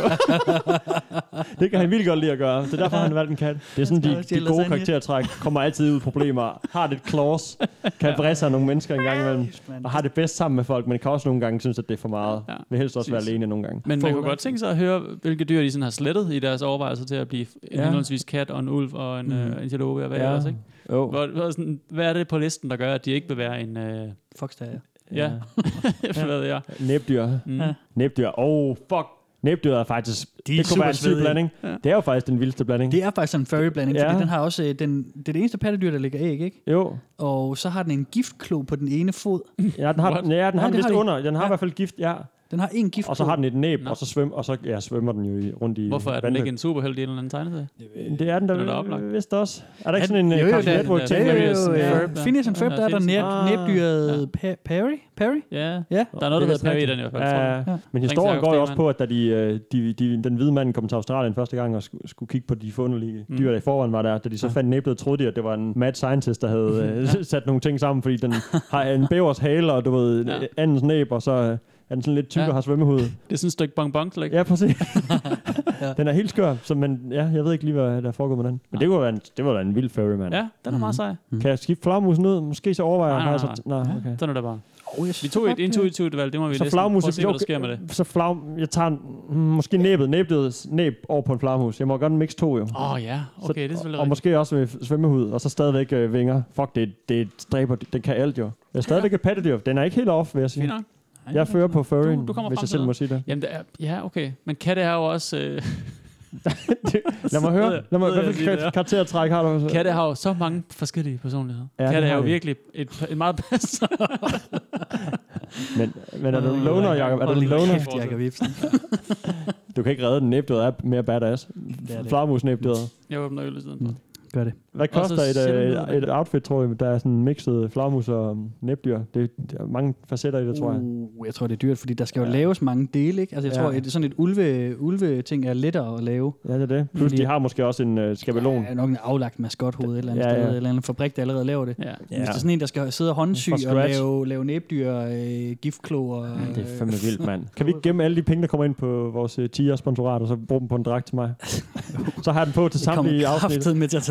det kan han vildt godt lide at gøre. Det er derfor, han valgte en kat. Det er sådan, de gode karaktertræk kommer altid ud problemer. Har det claws, kan vrisse af nogle mennesker en gang imellem, og har det bedst sammen med folk, men kan også nogle gange synes, at det er for meget. Vil helst også være alene nogle gange. Men man kunne godt tænke sig at høre, hvilke dyr de sådan har slettet i deres overvejelser til at blive en henholdsvis kat og en ulv og en antilope og hvad ellers, ikke? Hvad er det på listen, der gør, at de ikke vil være en... Foxterrier. Ja. Hvad jeg? Næbdyr. Næbdyr. Fuck. Næbdyr er faktisk... Det kunne være en syg blanding. Ja. Det er jo faktisk den vildeste blanding. Det er faktisk en furry blanding, fordi den har også... det er det eneste pattedyr, der lægger æg, ikke? Jo. Og så har den en giftklo på den ene fod. Ja, den har vist under. Den har i hvert fald gift, Den har en giftklo. Og så har den et næb, og så svømmer den jo rundt i... Hvorfor er den ikke en superhelt i en eller anden tegneserie? Det er den der vist også. Er der ikke sådan en Cartoon Network-ting? Phineas and Ferb, der er der næbdyret Perry? Ja, der er noget, der hedder Perry i den i hvert fald. Men historien går jo også på, at da den hvide mand kom til Australien første gang og skulle kigge på de forunderlige dyr, der i forvejen var der, da de så fandt næbdyret, troede de, at det var en mad scientist, der havde sat nogle ting sammen, fordi den har en bævers hale, og du ved, andens næb, og så... Er den sådan lidt tyk og har svømmehud? Det er sådan et stykke bonbon, slik. Ja, præcis. Den er helt skør, men jeg ved ikke lige, hvad der er foregået med den. Men det var da en vild furry, mand. Ja, den er meget sej. Kan jeg skifte flagermusen ud? Måske så overvejer jeg. Nej, okay. Sådan er det bare. Vi tog et intuitivt valg, det må vi så næsten prøve at se, hvad der sker med det. Så jeg tager måske næb over på en flagermus. Jeg må godt mix 2 jo. Ja, okay, det er selvfølgelig og måske også med svømmehud, og så stadigvæk vinger. Fuck, det er stræber, den kan alt jo. Jeg er stadigvæk et pattedyr. Den er ikke helt off, vil jeg sige. Fint nok. Jeg fører på furryen, hvis jeg selv må sige det. Jamen, det er, okay. Men katte er jo også... Lad mig høre. Hvilke karaktertræk har du? Katte har jo så mange forskellige personligheder. Ja, katte er jo virkelig et meget bedst. men er du en loner, Jacob? Er du en loner? Jacob Ibsen. Du kan ikke redde den. Næbdyret er mere badass. Flagermus-næbdyret. Jeg åbner øl i stedet for. Gør det. Hvad koster et outfit, tror jeg, der er sådan mixet flagermus og næbdyr? Det er mange facetter i det, tror jeg. Jeg tror, det er dyrt, fordi der skal jo laves mange dele, ikke? Altså, jeg tror, at sådan et ulve-ting er lettere at lave. Ja, det er det. Plus, de har måske også en skabelon. Ja, nok en aflagt maskothoved et eller andet sted, eller en fabrik, der allerede laver det. Ja. Hvis det er sådan en, der skal sidde og håndsy og lave næbdyr, giftklo og... det er fandme vildt, mand. Kan vi ikke gemme alle de penge, der kommer ind på vores TIA-sponsorat, og så bruge dem på en dragt til mig? Så har jeg den på til samtlige afsnit. Med til at tage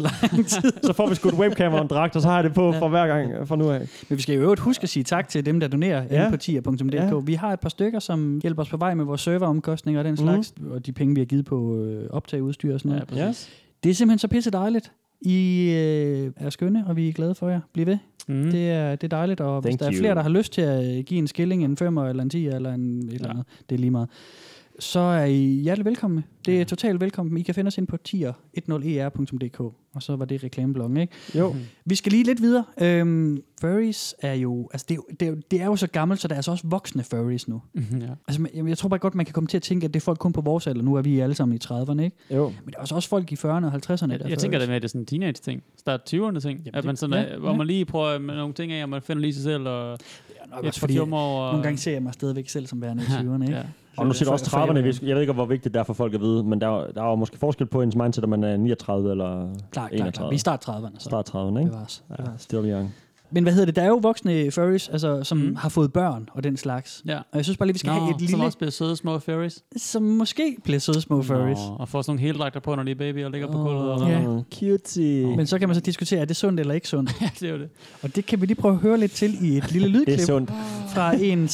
lang tid. Så får vi sgu et webcam og en dragt, og så har jeg det på for hver gang fra nu af. Men vi skal jo øvrigt huske at sige tak til dem, der donerer inde på tier.dk. Ja. Vi har et par stykker, som hjælper os på vej med vores serveromkostninger og den slags, og de penge, vi har givet på optageudstyr og sådan noget. Ja, det er simpelthen så pisse dejligt. I er skønne, og vi er glade for jer. Bliv ved. Det er dejligt, og hvis der er flere, der har lyst til at give en skilling, en 5 eller en 10 eller en et eller andet, det er lige meget, så er I hjertelig velkomne. Det er totalt velkommen. I kan finde os ind på tier10er.dk, og så var det reklameblokken, ikke? Jo. Vi skal lige lidt videre. Furries er jo, altså det er jo så gammelt, så der er altså også voksne furries nu. Altså, jeg tror bare godt, man kan komme til at tænke, at det er folk kun på vores alder. Nu er vi alle sammen i 30'erne, ikke? Jo. Men der er også folk i 40'erne og 50'erne. Jeg tænker det med, at det er sådan en teenage-ting. Start 20'erne ting. Jamen, at man sådan, hvor man lige prøver med nogle ting af, og man finder lige sig selv, og også fordi nogle gange ser jeg mig stadigvæk selv som værende i 20'erne, ikke? Ja. Og nu siger du også 30'erne. Jeg ved ikke, hvor vigtigt det er for folk at vide, men der er jo måske forskel på ens mindset, om man er 39 eller 31. Klar. Vi er start 30'erne. Så. Start 30'erne, ikke? Bevares. Still young. Men hvad hedder det? Der er jo voksne furries, altså, som har fået børn og den slags. Ja. Og jeg synes bare lige, vi skal have et lille... Som også bliver søde små furries. Som måske bliver søde små furries. Og får sådan nogle heldragter på, når de er baby og ligger på gulvet. Ja. Cutie. Men så kan man så diskutere, er det sundt eller ikke sundt? Ja, det er jo det. Og det kan vi lige prøve at høre lidt til i et lille lydklip. Det er sundt. Fra en,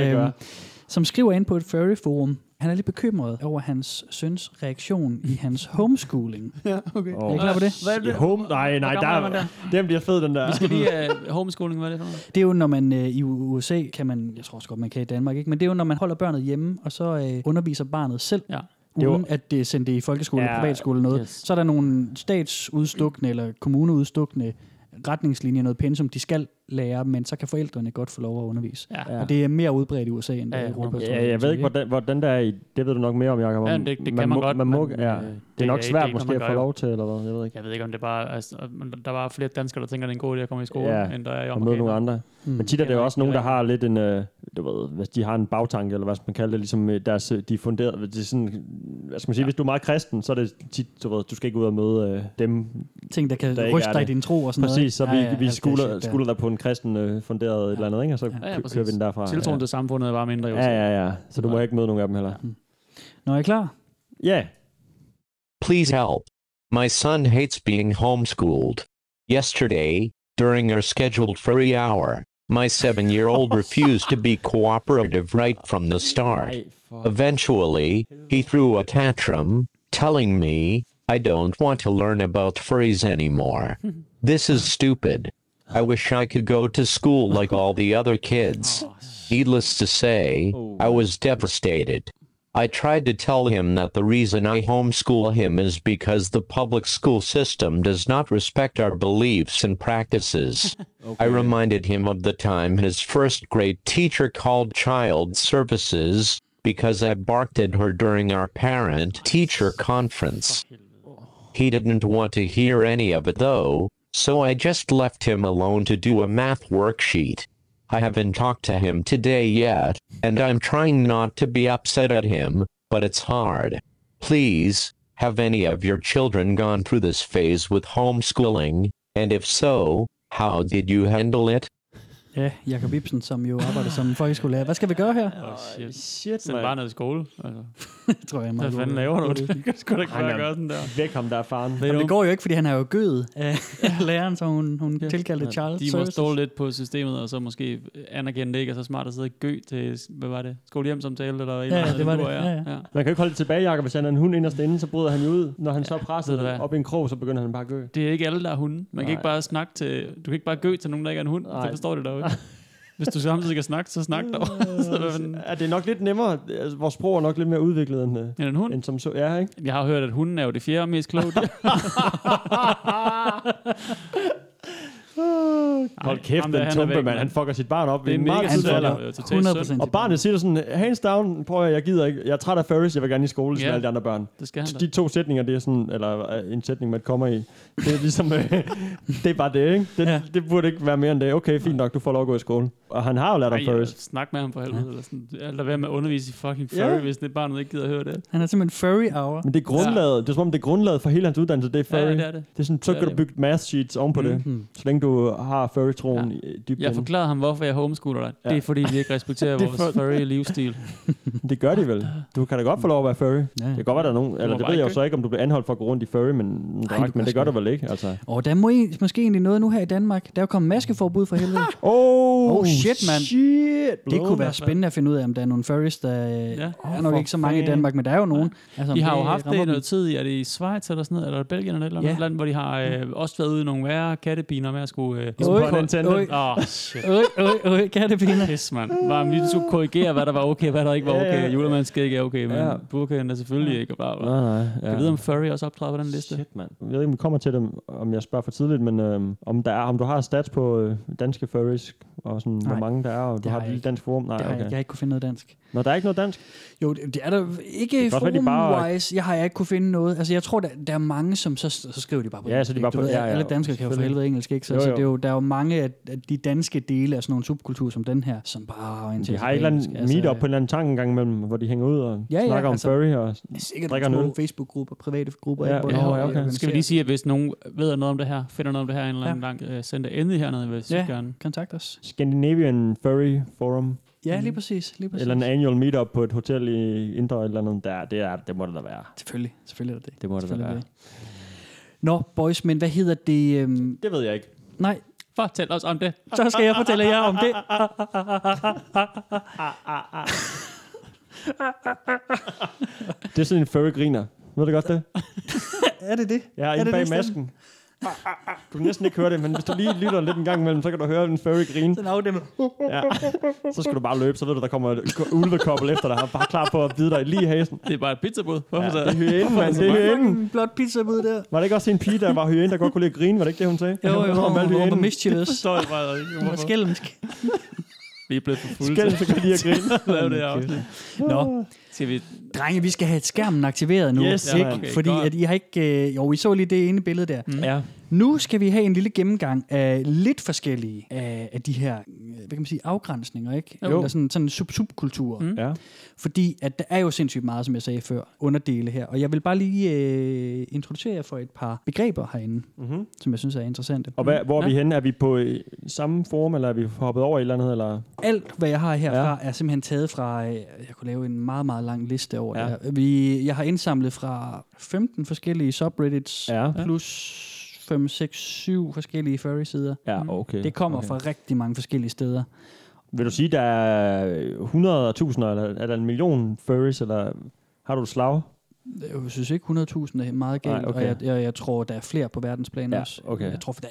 som skriver ind på et furry-forum. Han er lidt bekymret over hans søns reaktion i hans homeschooling. Ja, okay. Er I klar på det? Hvad er det? Den bliver fed, den der. Vi skal lige homeschooling, hvad er det for noget? Det er jo, når man i USA kan man, jeg tror også godt, man kan i Danmark, ikke? Men det er jo, når man holder børnet hjemme, og så underviser barnet selv. Ja. Uden at det sender det i folkeskole eller privatskole eller noget. Yes. Så er der nogle statsudstukne eller kommuneudstukne retningslinjer, noget pensum, de skal lære, men så kan forældrene godt få lov at undervise. Ja. Og det er mere udbredt i USA, end i Europa. Jeg ved ikke, hvordan der er i... Det ved du nok mere om, Jacob. Ja, det kan man godt. Det er nok svært måske at få lov til, eller hvad? Jeg ved ikke. Jeg ved ikke, om det bare... Altså, der var flere danskere, der tænker, det er en god idé at komme i skole, end der er i amerikanere. Og møde nogle andre. Men tit er det jo også nogen, der har lidt en... Du ved, hvis de har en bagtanke, eller hvad skal man kalde det, ligesom deres... De er funderet... Det er sådan... Hvad skal man sige? Hvis du er meget kristen, så er det tit... Du skal ikke ud og møde dem... Ting, der kan ryste dig i din tro og sådan noget. Præcis, så vi skuler der på en kristen funderet et eller andet, ikke? Og så kører vi den derfra. Tiltroen til samfundet er bare mindre. Ja. Så du må ikke møde nogen af dem heller. Nå, er I klar? Ja. Please help. My son hates being homeschooled. Yesterday, during our scheduled furry hour, my 7-year-old refused to be cooperative right from the start. Eventually, he threw a tantrum, telling me, I don't want to learn about furries anymore. This is stupid. I wish I could go to school like all the other kids. Needless to say, I was devastated. I tried to tell him that the reason I homeschool him is because the public school system does not respect our beliefs and practices. I reminded him of the time his first grade teacher called child services because I barked at her during our parent-teacher conference. He didn't want to hear any of it though, so I just left him alone to do a math worksheet. I haven't talked to him today yet, and I'm trying not to be upset at him, but it's hard. Please, have any of your children gone through this phase with homeschooling, and if so, how did you handle it? Ja, Jacob Ibsen, som jo arbejder som folkeskolelærer. Hvad skal vi gøre her? Shit, send bare noget i skole. Altså. Tror jeg, hvad fanden laver du? Det kan sgu da ikke bare gøre sådan der. Væk ham, der er faren. Jamen, det går jo ikke, fordi han er jo gødet af læreren, så hun tilkaldte child services. De må stole lidt på systemet, og så måske anerkende det ikke, og så smart at sidde og gø til, hvad var det? Skolehjemsamtale eller et eller andet. Det var det. Ja. Man kan jo ikke holde det tilbage, Jacob. Hvis han er en hund inderst inde, så bryder han jo ud. Når han så presser op i en krog, så begynder han bare at gø. Det er ikke alle, der er hunde. Man kan ikke bare snakke til... Du kan ikke bare gø til nogen, der ikke er en hund. Det forstår det dog ikke. Hvis du samtidig kan snakke, så snak dog. Det er nok lidt nemmere. Altså, vores sprog er nok lidt mere udviklet end en hund. End som så er, ikke? Jeg har hørt, at hunden er jo det 4. mest kloge. Hold kæft, den tumpe, mand. Han fucker sit barn op. Det er mega sødt. 100%. Og barnet siger sådan, hands down, prøv at jeg gider ikke. Jeg er træt af furries, jeg vil gerne i skole, som alle de andre børn. Det skal han da. De 2 sætninger, det er sådan, eller en sætning, man kommer i. Det er ligesom, det er bare det, ikke? Det burde ikke være mere end det. Okay, fint nok, du får lov at gå i skole. Og han har jo lært om furries. Snak med ham for helvede. Eller sådan. Lad være med at undervise i fucking furry, hvis det barnet ikke gider at høre det. Han er simpelthen furry-hour. Men det er grundlaget. Det er som om det er grundlaget for hele hans uddannelse. Det er furry. Ja, det er det. Det er sådan, så kan du bygge math sheets ovenpå det. Så længe du har furry-troen dybt. Jeg forklarede ham, hvorfor jeg homeschooler dig. Det er fordi, vi ikke respekterer vores furry-livsstil. Det gør de vel. Du kan da godt få lov at være furry. Det kan godt være, der er nogen... Eller det ved jeg jo så ikke, om du bliver anholdt for at gå rundt i furry, men det gør du vel ikke. Altså. Og der må måske egentlig noget nu her i Danmark. Der er jo kommet maskeforbud for helvede. Shit, mand. Det kunne være spændende at finde ud af, om der er nogle furries, der er nok ikke så mange i Danmark, men der er jo nogen. Altså, de har jo haft det i noget tid. Er det i Schweiz eller sådan noget, eller Belgien eller et eller andet land, hvor de har også været ude i nogle værre kattebiner med at skulle... kattebiner. Pis, mand. Vi skulle korrigere, hvad der var okay, hvad der ikke var okay. Julemandskæg ikke er okay, men burkaen er selvfølgelig ikke. Nej. Kan du vide, om furry også optræder på den liste? Shit, mand. Jeg ved ikke, om vi kommer til dem, om jeg spørger for tidligt, men om du har stats på danske furries, og sådan, hvor mange der er, og du har et lille dansk forum? Nej, okay. Jeg har ikke kunne finde noget dansk. Nå, der er ikke noget dansk? Jo, det er der ikke forum-wise. Jeg har ikke kunne finde noget. Altså, jeg tror, der er mange, som så skriver de bare på så de bare på, alle danskere kan jo for helvede engelsk, ikke? Så det er jo, der er jo mange af de danske dele af sådan nogle subkulturer som den her, som bare... De har et eller andet meet-up på en eller anden tank engang imellem, hvor de hænger ud og snakker om furry og drikker noget. Facebook-grupper, private grupper. Okay. Skal vi lige sige, at hvis nogen ved noget om det her, finder noget om det her en eller anden gang, send det endelig hernede, hvis I gerne. Kontakt os. Scandinavian Furry Forum. Ja, lige præcis. Eller en annual meetup på et hotel i Indre eller noget der. Det må det da være. Selvfølgelig er det. Det må det da være. Nå, boys, men hvad hedder det? Det ved jeg ikke. Nej. Fortæl os om det. Så skal jeg fortælle jer om det. Det er sådan en furry griner. Ved du godt det? Er det det? Ja, inde bag masken. Du kan næsten ikke høre det, men hvis du lige lytter lidt en gang imellem, så kan du høre en furry grine. Sådan afdæmmet. Ja. Så skal du bare løbe, så ved du, der kommer et ulvekobbel efter dig, bare klar på at bide dig lige i hasen. Det er bare et pizzabud. Ja, det er hyænen, mand. Det er hyænen. Blot pizzabud der. Var det ikke også en pige, der var hyænen, der godt kunne lide at grine? Var det ikke det, hun sagde? Jo, hun var mischievous. Forstår jeg bare ikke. Hun var skælmsk. Vi er blevet for fulde. Skælmsk, så kan de at grine. Lav det afsnit. Nå. Drenge, vi skal have skærmen aktiveret nu. Yes, ikke? Okay, fordi at I har ikke... Jo, I så lige det ene billede der. Ja. Nu skal vi have en lille gennemgang af lidt forskellige af de her, hvad kan man sige, afgrænsninger, ikke? Eller sådan subkulturer. Ja. Fordi at der er jo sindssygt meget, som jeg sagde før, underdele her. Og jeg vil bare lige introducere jer for et par begreber herinde, som jeg synes er interessante. Og hvor er vi henne? Er vi på samme forum, eller er vi hoppet over et eller andet? Eller? Alt, hvad jeg har herfra, er simpelthen taget fra... Jeg kunne lave en meget, meget lang liste over det. Jeg har indsamlet fra 15 forskellige subreddits, plus 5, 6, 7 forskellige furry-sider. Ja, okay. Det kommer fra rigtig mange forskellige steder. Vil du sige, der er 100.000, eller er der 1 million furries, eller har du et slag? Jeg synes ikke 100.000 er meget galt, okay. Og jeg tror, der er flere på verdensplan også. Okay. Jeg tror, der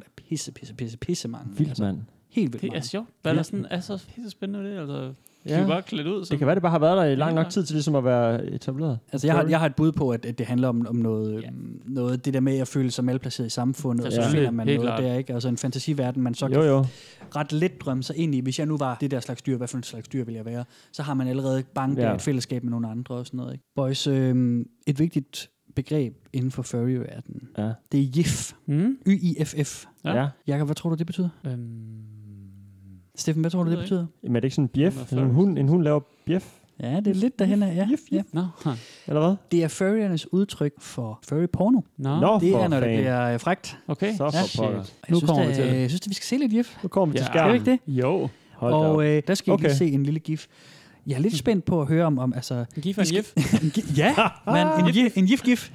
er pisse mange. Vildt, mand. Helt vildt det er sjovt. Hvad er sådan så pisse spændende det? Altså, kan vi bare klæde ud? Det kan være, det bare har været der i lang nok tid til ligesom at være etableret. Altså, jeg har et bud på, at det handler om noget, det der med at føle sig malplaceret i samfundet, og så finder man noget der, ikke? Altså en fantasiverden, man så kan ret let drømme sig ind i. Hvis jeg nu var det der slags dyr, hvad for et slags dyr vil jeg være? Så har man allerede banket et fællesskab med nogle andre og sådan noget, ikke? Boys, et vigtigt begreb inden for furry-verdenen. Ja. Det er YIF. Y-I-F-F. Ja. Jakob, hvad tror du, det betyder? Steffen, hvad tror du, det betyder? Jamen, er det ikke sådan en bjef? En hund laver bjef? Ja, det er lidt derhen af, ja. No. Eller hvad? Det er furryernes udtryk for furry porno. No, det er, når det bliver frækt. Okay. Så for pokker. Nu kommer vi til det. Jeg synes, at vi skal se lidt gif. Nu kommer vi til skærmen. Er det ikke det? Jo. Og der skal I lige se en lille gif. Jeg er lidt spændt på at høre om altså... En gif og en gif? Ja, en gif.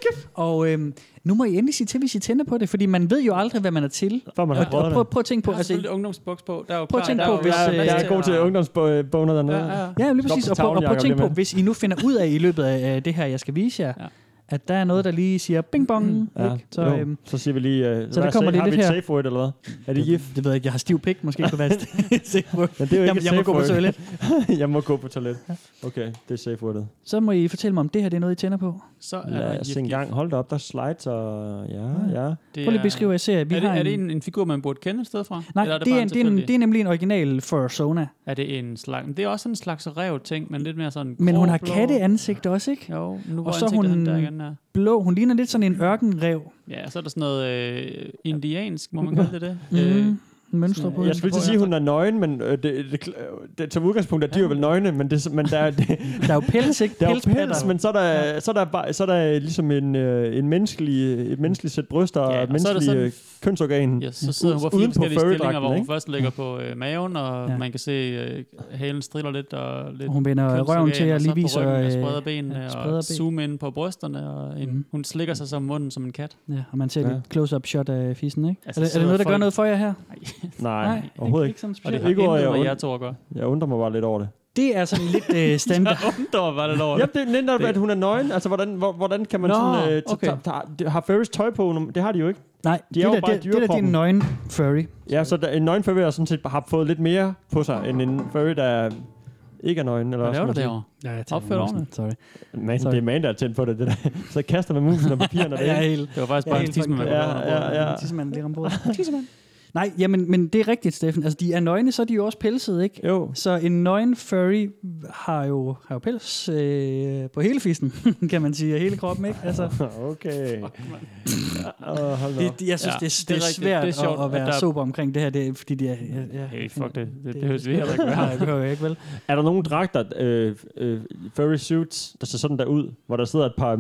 Og nu må I endelig sige til, hvis I tænder på det, fordi man ved jo aldrig, hvad man er til. Prøv at tænke på... Der er selvfølgelig ungdomsbuks på. Prøv at tænke på, hvis... Jeg er god til ungdomsboner dernede. Ja, lige præcis. Og prøv at tænke på, hvis I nu finder ud af i løbet af det her, jeg skal vise jer, at der er noget, der lige siger bing bong. Så siger vi lige... så der kommer det lidt her. Har vi et safe word, eller hvad? Er det gif? Det ved jeg ikke. Jeg har stiv pik, måske kunne være safe word. Men det er jo ikke jeg må gå på toilet. Jeg må gå på toilet. Okay, det er safe wordet. Så må I fortælle mig, om det her det er noget, I tænder på. Så er der en gang. Hold da op, der slides og... Ja. Prøv lige at beskrive, jeg ser. Er det en figur, man burde kende et sted fra? Nej, det er nemlig en original Fursona. Er det en slags... Det er også en slags rev-ting, men lidt mere sådan... Men hun har katteansigt også, ikke? Jo, nu og så er hun der igen her. Blå. Hun ligner lidt sådan en ørkenrev. Ja, så er der sådan noget indiansk, må man kalde det. mønstre på. Jeg skulle lige sige, at hun er nøgen, men det som udgangspunkt er dyr vel nøgne, men der er der er jo pels, ikke? Der er jo pels, men så er der ligesom et menneskeligt sæt bryster og et menneskeligt kønsorgan. Ja, så sidder hun på 4 forskellige stillinger, hvor hun først ligger på maven, og man kan se halen striller lidt, og lidt hun vender røven til at lige vise og spreder benene og zoome ind på brysterne, og hun slikker sig som munden som en kat. Ja, og man ser lidt close-up shot af fissen, ikke? Altså, er det noget, der gør noget for jer her? Nej, overhovedet ikke. Og det har intet med jer to at gøre. Jeg undrer mig bare lidt over det. Det er sådan lidt standard. Jeg undrer mig bare lidt over det. Ja, det er netop, at hun er nøgen. Altså, hvordan kan man har furries tøj på? Det har de jo ikke. Nej, det er din nøgen furry. Ja, så en nøgen furry er sådan set har fået lidt mere på sig, end en furry, der ikke er nøgen. Eller hvad laver du derovre? Ja, jeg opfører ordentligt. Sorry. Det er man, der er tændt på det der. Så kaster man musen og papirerne. Det var faktisk bare en tissemand. Ja. Tissemand lige rammer bordet. Tissemand. Nej, men det er rigtigt, Steffen. Altså, de er nøgne, så er de jo også pelset, ikke? Jo. Så en nøgen furry har jo pels på hele fissen, kan man sige, og hele kroppen, ikke? Altså, okay. Jeg synes, det er svært at være sober omkring det her, det er, fordi de er... Hey, fuck det. Det behøver vi heller ikke være. Nej, det behøver jeg ikke, vel? Er der nogle dragter, furry suits, der ser sådan der ud, hvor der sidder et par,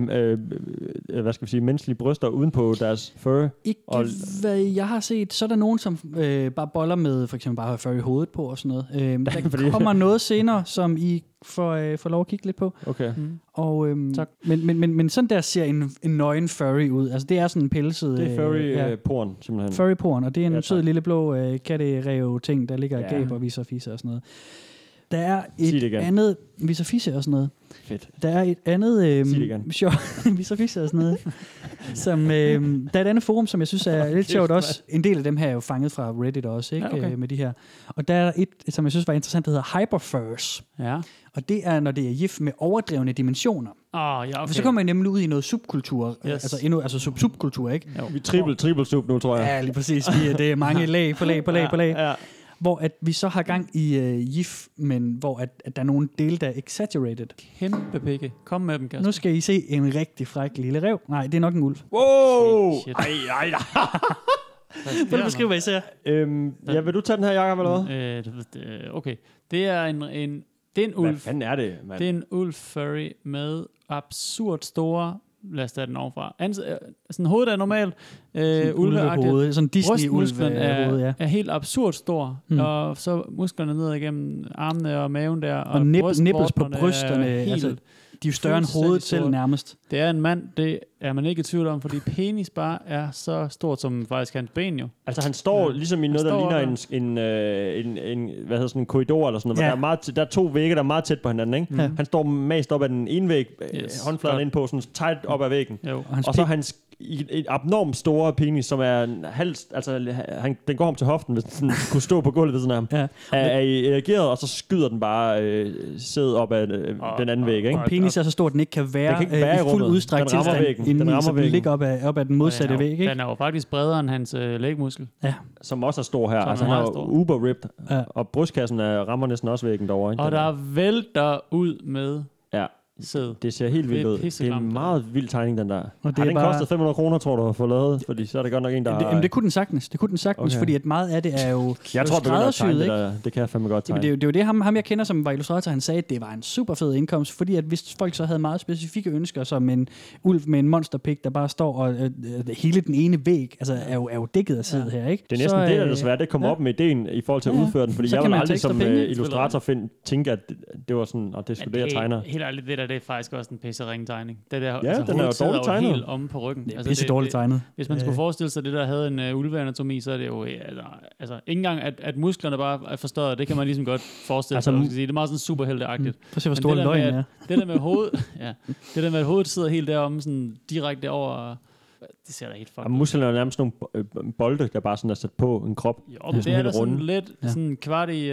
menneskelige bryster uden på deres fur? Ikke hvad jeg har set. Så er der nogen, som bare boller med for eksempel bare fur i hovedet på og sådan noget. Der kommer noget senere, som I får lov at kigge lidt på. Okay. Og, men sådan der ser en nøgen furry ud. Altså det er sådan en pelset... Det er furry-porn, simpelthen. Furry-porn, og det er en sød lille blå katterev-ting, der ligger og gaber og viser fisse og sådan noget. Der er et andet... Viser fisse og sådan noget. Fedt. Der er et andet... viser fisse og sådan noget. Som, der er et andet forum, som jeg synes er lidt sjovt også. En del af dem her er jo fanget fra Reddit også, ikke? Ja, okay. Med de her. Og der er et, som jeg synes var interessant, der hedder Hyperfurs. Ja. Og det er, når det er gift med overdrevne dimensioner. Ja, okay. Så kommer man nemlig ud i noget subkultur. Yes. Altså subkultur, ikke? Jo. Vi triple sub nu, tror jeg. Ja, lige præcis. Det er mange lag på lag. Ja. Hvor at vi så har gang i GIF, men hvor at der er nogle dele, der er exaggerated. Kæmpe pikke. Kom med dem, Kasper. Nu skal I se en rigtig fræk lille rev. Nej, det er nok en ulv. Wow! Ej. Vil du beskrive, hvad I ser? Vil du tage den her, Jacob, eller hvad? Okay. Det er en ulv. Hvad fanden er det, mand? Det er en ulv furry med absurd store... Lad os tage den overfra. Sådan hovedet er normalt. Ulveagtigt. Sådan Disney-ulve er helt absurd stor. Og så musklerne ned igennem armene og maven der. Og nipples på brysterne. Altså, de er jo større end hovedet selv nærmest. Det er en mand, det er man ikke i tvivl om, fordi penis bare er så stort som faktisk hans ben jo. Altså han står ligesom i noget, der ligner en hvad hedder sådan en korridor eller sådan noget. Ja. Der er 2 vægge, der er meget tæt på hinanden, ikke? Ja. Han står mast op ad den ene væg, håndfladen ind på, sådan tight op ad væggen. Og så hans et abnormt store penis, som er den går om til hoften, hvis den kunne stå på gulvet ved sådan her. Ja. Er erigeret, og så skyder den bare sædet op ad den anden væg, ikke? En penis er så stor, at den ikke kan være i fuld udstrækt tilstand. Den rammer væggen. Den ligger op ad den modsatte væg, ikke? Den er jo faktisk bredere end hans lægmuskel. Ja. Som også er stor her. Altså han er jo uber ripped. Ja. Og brystkassen rammer næsten også væggen derovre, ikke? Og der vælter ud med sæd. Det ser helt vildt ud. Det er en meget vild tegning, den der. Og det har den kostet 500 kroner, tror du, at få lavet? Fordi så er det godt nok en, der... Det kunne den sagtens. Okay. Fordi at meget af det er jo jeg tror, det kan jeg fandme godt tegne. Det er jo det, ham jeg kender, som var illustrator, han sagde, at det var en super fed indkomst, fordi at hvis folk så havde meget specifikke ønsker, som en ulv med en monsterpik, der bare står og hele den ene væg, altså er jo dækket af sæd her, ikke? Det er næsten det, der desværre, det kommer op med ideen i forhold til at udføre den, fordi jeg ville aldrig som illustrator tænke, at det var sådan, og det skulle det, jeg tegner. Helt ærligt, det er faktisk også en pisse ringe tegning. Det der, den er jo dårligt tegnet. Helt omme på ryggen. Det er pisse dårligt tegnet. Hvis man skulle forestille sig, det der havde en ulveanatomi, så er det jo altså ikke engang, at musklerne bare er forstørret. Det kan man ligesom godt forestille sig. Det er meget sådan superhelteagtigt. Prøv at se, hvor stor løgn er. Det der med hovedet, det der med at hovedet sidder helt deromme, sådan direkte over. Det ser da helt fucking. Musklerne er nærmest nogle bolde, der bare sådan er sat på en krop. Jo, det er da sådan lidt sådan kvart i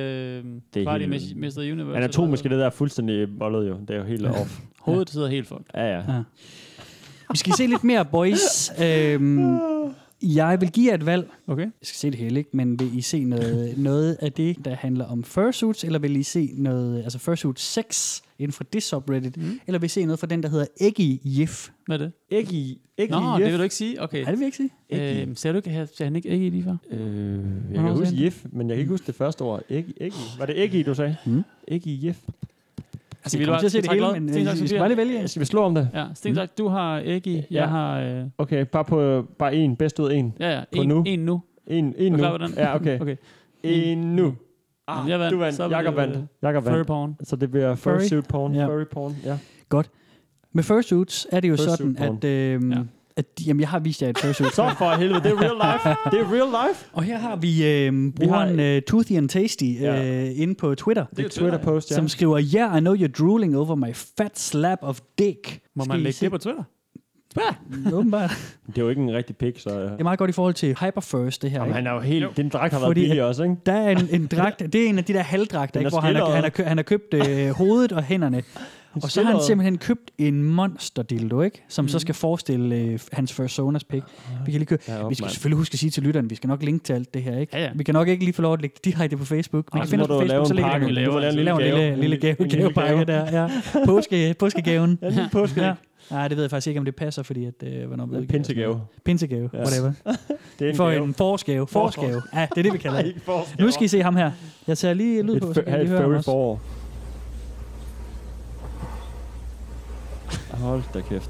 Mr. Universe. Anatomisk det der er fuldstændig bollet jo. Det er jo helt off. Hovedet sidder helt fucked. Ja. Vi skal se lidt mere, boys. Jeg vil give jer et valg. Okay. Jeg skal se det hele, ikke? Men vil I se noget af det, der handler om fursuits, eller vil I se noget, altså fursuit sex inden for det subreddit, eller vil I se noget fra den, der hedder Eggy Jif? Hvad er det? Eggy Nå, det vil du ikke sige? Okay. Nej, det vil jeg ikke sige. Ser du ikke, sagde han ikke Eggy lige før? Jeg kan huske Jif, men jeg kan ikke huske det første ord. Eggy. Var det Eggy, du sagde? Eggy Jif. Altså, vi kommer til at se det hele, men vi skal bare lige vælge. Skal vi slå om det? Ja, Stensak, du har Eggy, jeg har... Okay, bare en, bedst ud af en. Ja, på nu. En nu. En nu. Ja, okay. En nu. Jeg vandt. Du vandt. Jakob vandt. Furry porn. Så det bliver fursuit porn. Furry porn, ja. Godt. Med fursuits er det jo sådan, at jamen, jeg har vist jer et fursuit. Så for helvede, det er real life. Det er real life. Og her har vi brugeren Toothy and Tasty inde på Twitter. Det er Twitter-post, som skriver, I know you're drooling over my fat slab of dick. Må man lægge det på Twitter? Åbenbart. Det er jo ikke en rigtig pik, så... Det er meget godt i forhold til Hyperfurst, det her. Jamen, han er jo helt... Den dragt har været billig også, ikke? Der er en dragt, det er en af de der halvdragter, ikke, hvor han har købt hovedet og hænderne. Og så har han simpelthen købt en monster-dildo, ikke? Som så skal forestille hans Fursonas pik. Vi kan vi skal selvfølgelig huske at sige til lytteren, vi skal nok linke til alt det her, ikke? Ja. Vi kan nok ikke lige få lov at lægge direkte på Facebook. Man kan finde på Facebook, så lægger vi en lille gavepakke der. Ja. Påskegaven. Ja, en påske. Nej, det ved jeg faktisk ikke, om det passer, fordi at... hvornår det er pinsegave. Pinsegave, whatever. Det er en for gave. En forårsgave. Ja, det er det, vi kalder det. Nu skal I se ham her. Jeg tager lige lyd på, så kan I høre ham også. Forår. Hold da kæft.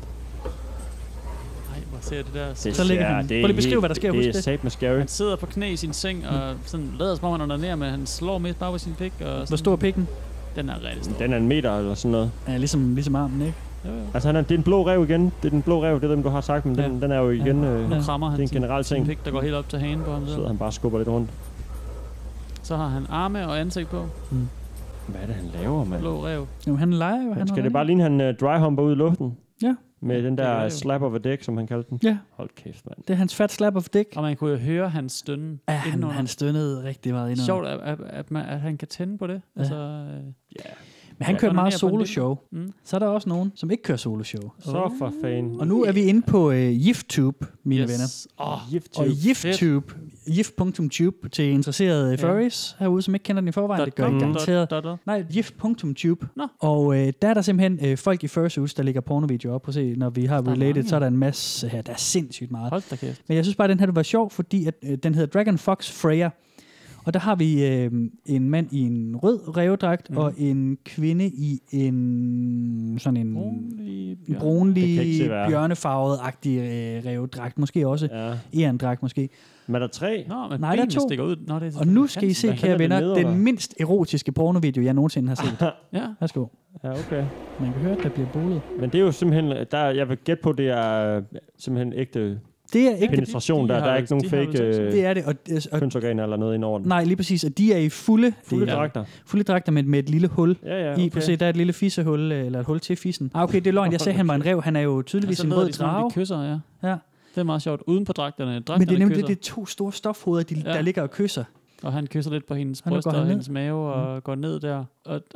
Nej, hvor ser det der. Så ligger han. Prøv lige beskrive, hvad der sker. Det er sat med scary. Han sidder på knæ i sin seng, og sådan lader som om han onanerer, men han slår mest bare på sin pik. Hvor stor er pikken? Den er rigtig stor. Den er 1 meter eller sådan noget. Ja, ligesom armen, ikke? Jo. Altså, det er en blå rev igen. Det er den blå rev, det er dem, du har sagt, men den er jo igen... Nu krammer han det er en generel ting. pik, der går helt op til hagen på ham. Så sidder han bare og skubber lidt rundt. Så har han arme og ansigt på. Hvad er det, han laver, mand? Blå rev. Jamen, han leger jo. Skal det bare ligne, han dryhumper ud i luften? Ja. Med den der slap of a dick, som han kaldte den. Ja. Hold kæft, mand. Det er hans fat slap of dick. Og man kunne jo høre hans stønne. Ja, han stønnede rigtig meget indenunder. Sjovt, at han kan tænde på det. Ja. Altså, men han kører meget solo-show. Så er der også nogen, som ikke kører solo-show. Så for fan. Og nu er vi inde på Yiftube, mine venner. Yiftube. Og Yiftube, yift.tube til interesserede furries herude, som ikke kender den i forvejen. Det gør I garanteret. Nej, yift.tube. Og der er der simpelthen folk i fursuits, der lægger pornovideoer op. Prøv at se, når vi har related, så er der en masse her. Der er sindssygt meget. Hold da kæft. Men jeg synes bare, at den her var sjov, fordi at, den hedder Dragon Fox Freya. Og der har vi en mand i en rød rævedragt og en kvinde i en sådan en brunlig bjørnefarvet-agtig rævedragt. Måske også ærendragt måske. Men er der 3? Nej, der er 2. Ud. Nå, det er og nu skal I se, kære venner, den mindst erotiske pornovideo, jeg nogensinde har set. Værsgo. Ja, okay. Man kan høre, at der bliver bolet. Men det er jo simpelthen, jeg vil gætte på, det er simpelthen ægte... Det er ikke penetration, der er ikke nogen fake det er det, og kønsorganer eller noget ind over den. Nej, lige præcis. Og de er i fulde dragter. Fulde dragter med et lille hul okay. i. Prøv at se, der er et lille fissehul, eller et hul til fissen. Okay, det er løgn. Jeg sagde, han var en rev. Han er jo tydeligvis en rød drage. De kysser, ja. Det er meget sjovt. Uden på dragterne. Men det er nemlig det 2 store stofhoveder, der ligger og kysser. Og han kysser lidt på hendes bryst og hendes mave og går ned der.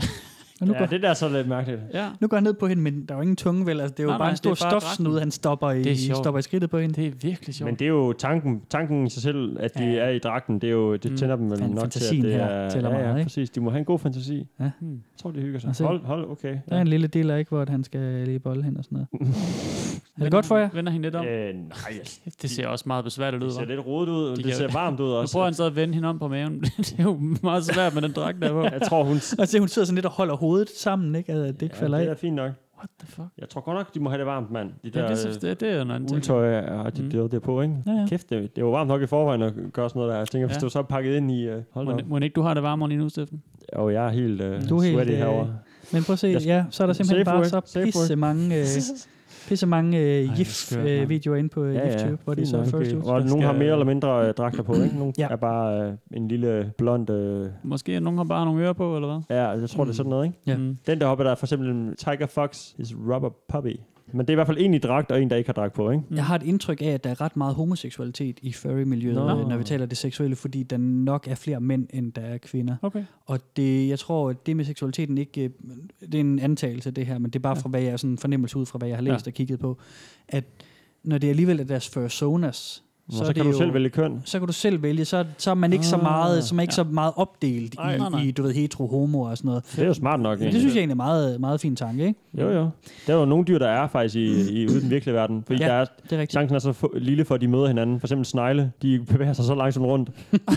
Det der er så lidt mærkeligt. Ja. Nu går han ned på hende, men der er jo ingen tunge vel. Altså, det er jo bare en stor stofsnude, han stopper i skridtet på hende. Det er virkelig sjovt. Men det er jo tanken i sig selv, at de er i dragten. Det er jo det tænder dem vel nok til, at det er... Ja, præcis. De må have en god fantasi. Ja. Jeg tror, de hygger sig. Altså, hold, okay. Der er en lille del ikke, hvor han skal lige bolle hende og sådan noget. Er det godt for jer? Vender hende lidt om? Nej. Det ser også meget besværligt ud. Det ser lidt rodet ud, det ser varmt ud også. Nu prøver han så at vende hende om på maven. Det er jo meget svært med den dragt der på. Jeg tror, hun sidder sådan lidt og holder hovedet sammen, ikke? Altså, det ikke falder af. Det er fint nok. What the fuck? Jeg tror godt nok, de må have det varmt, mand. Det er jo en anden ting. Uldtøj og de der på, ikke? Ja. Kæft, det er jo varmt nok i forvejen at gøre sådan noget der. Jeg tænker, hvis du så er pakket ind i... Må ikke du har det varmere lige nu, Steffen? Jo, jeg er helt sweaty herovre. Men prøv at se, så er der simpelthen bare så pisse mange GIF-videoer inde på YouTube, hvor de så er first ud. Og nogle har mere eller mindre dragter på, ikke? Nogle er bare en lille blond... Måske nogen har bare nogle ører på, eller hvad? Ja, jeg tror, det er sådan noget, ikke? Ja. Den deroppe der er for eksempel en Tiger Fox is Rubber Puppy. Men det er i hvert fald en i dragt, og en, der ikke har dragt på, ikke? Jeg har et indtryk af, at der er ret meget homoseksualitet i furry-miljøet, når vi taler det seksuelle, fordi der nok er flere mænd, end der er kvinder. Okay. Og jeg tror, at det med seksualiteten ikke... Det er en antagelse, det her, men det er bare fra, hvad jeg sådan fornemmelse ud fra, hvad jeg har læst og kigget på, at når det alligevel er deres fursonas, så kan du selv vælge køn. Så kan du selv vælge, så er man ikke så meget, så meget opdelt i du ved, hetero-homo og sådan noget. Det er jo smart nok. Det synes jeg egentlig er meget, meget fin tanke, ikke? Jo. Der er jo nogle dyr, der er faktisk ude i den virkelige verden. Fordi der er chancen er så lille for, at de møder hinanden. For eksempel snegle, de bevæger sig så langsomt rundt.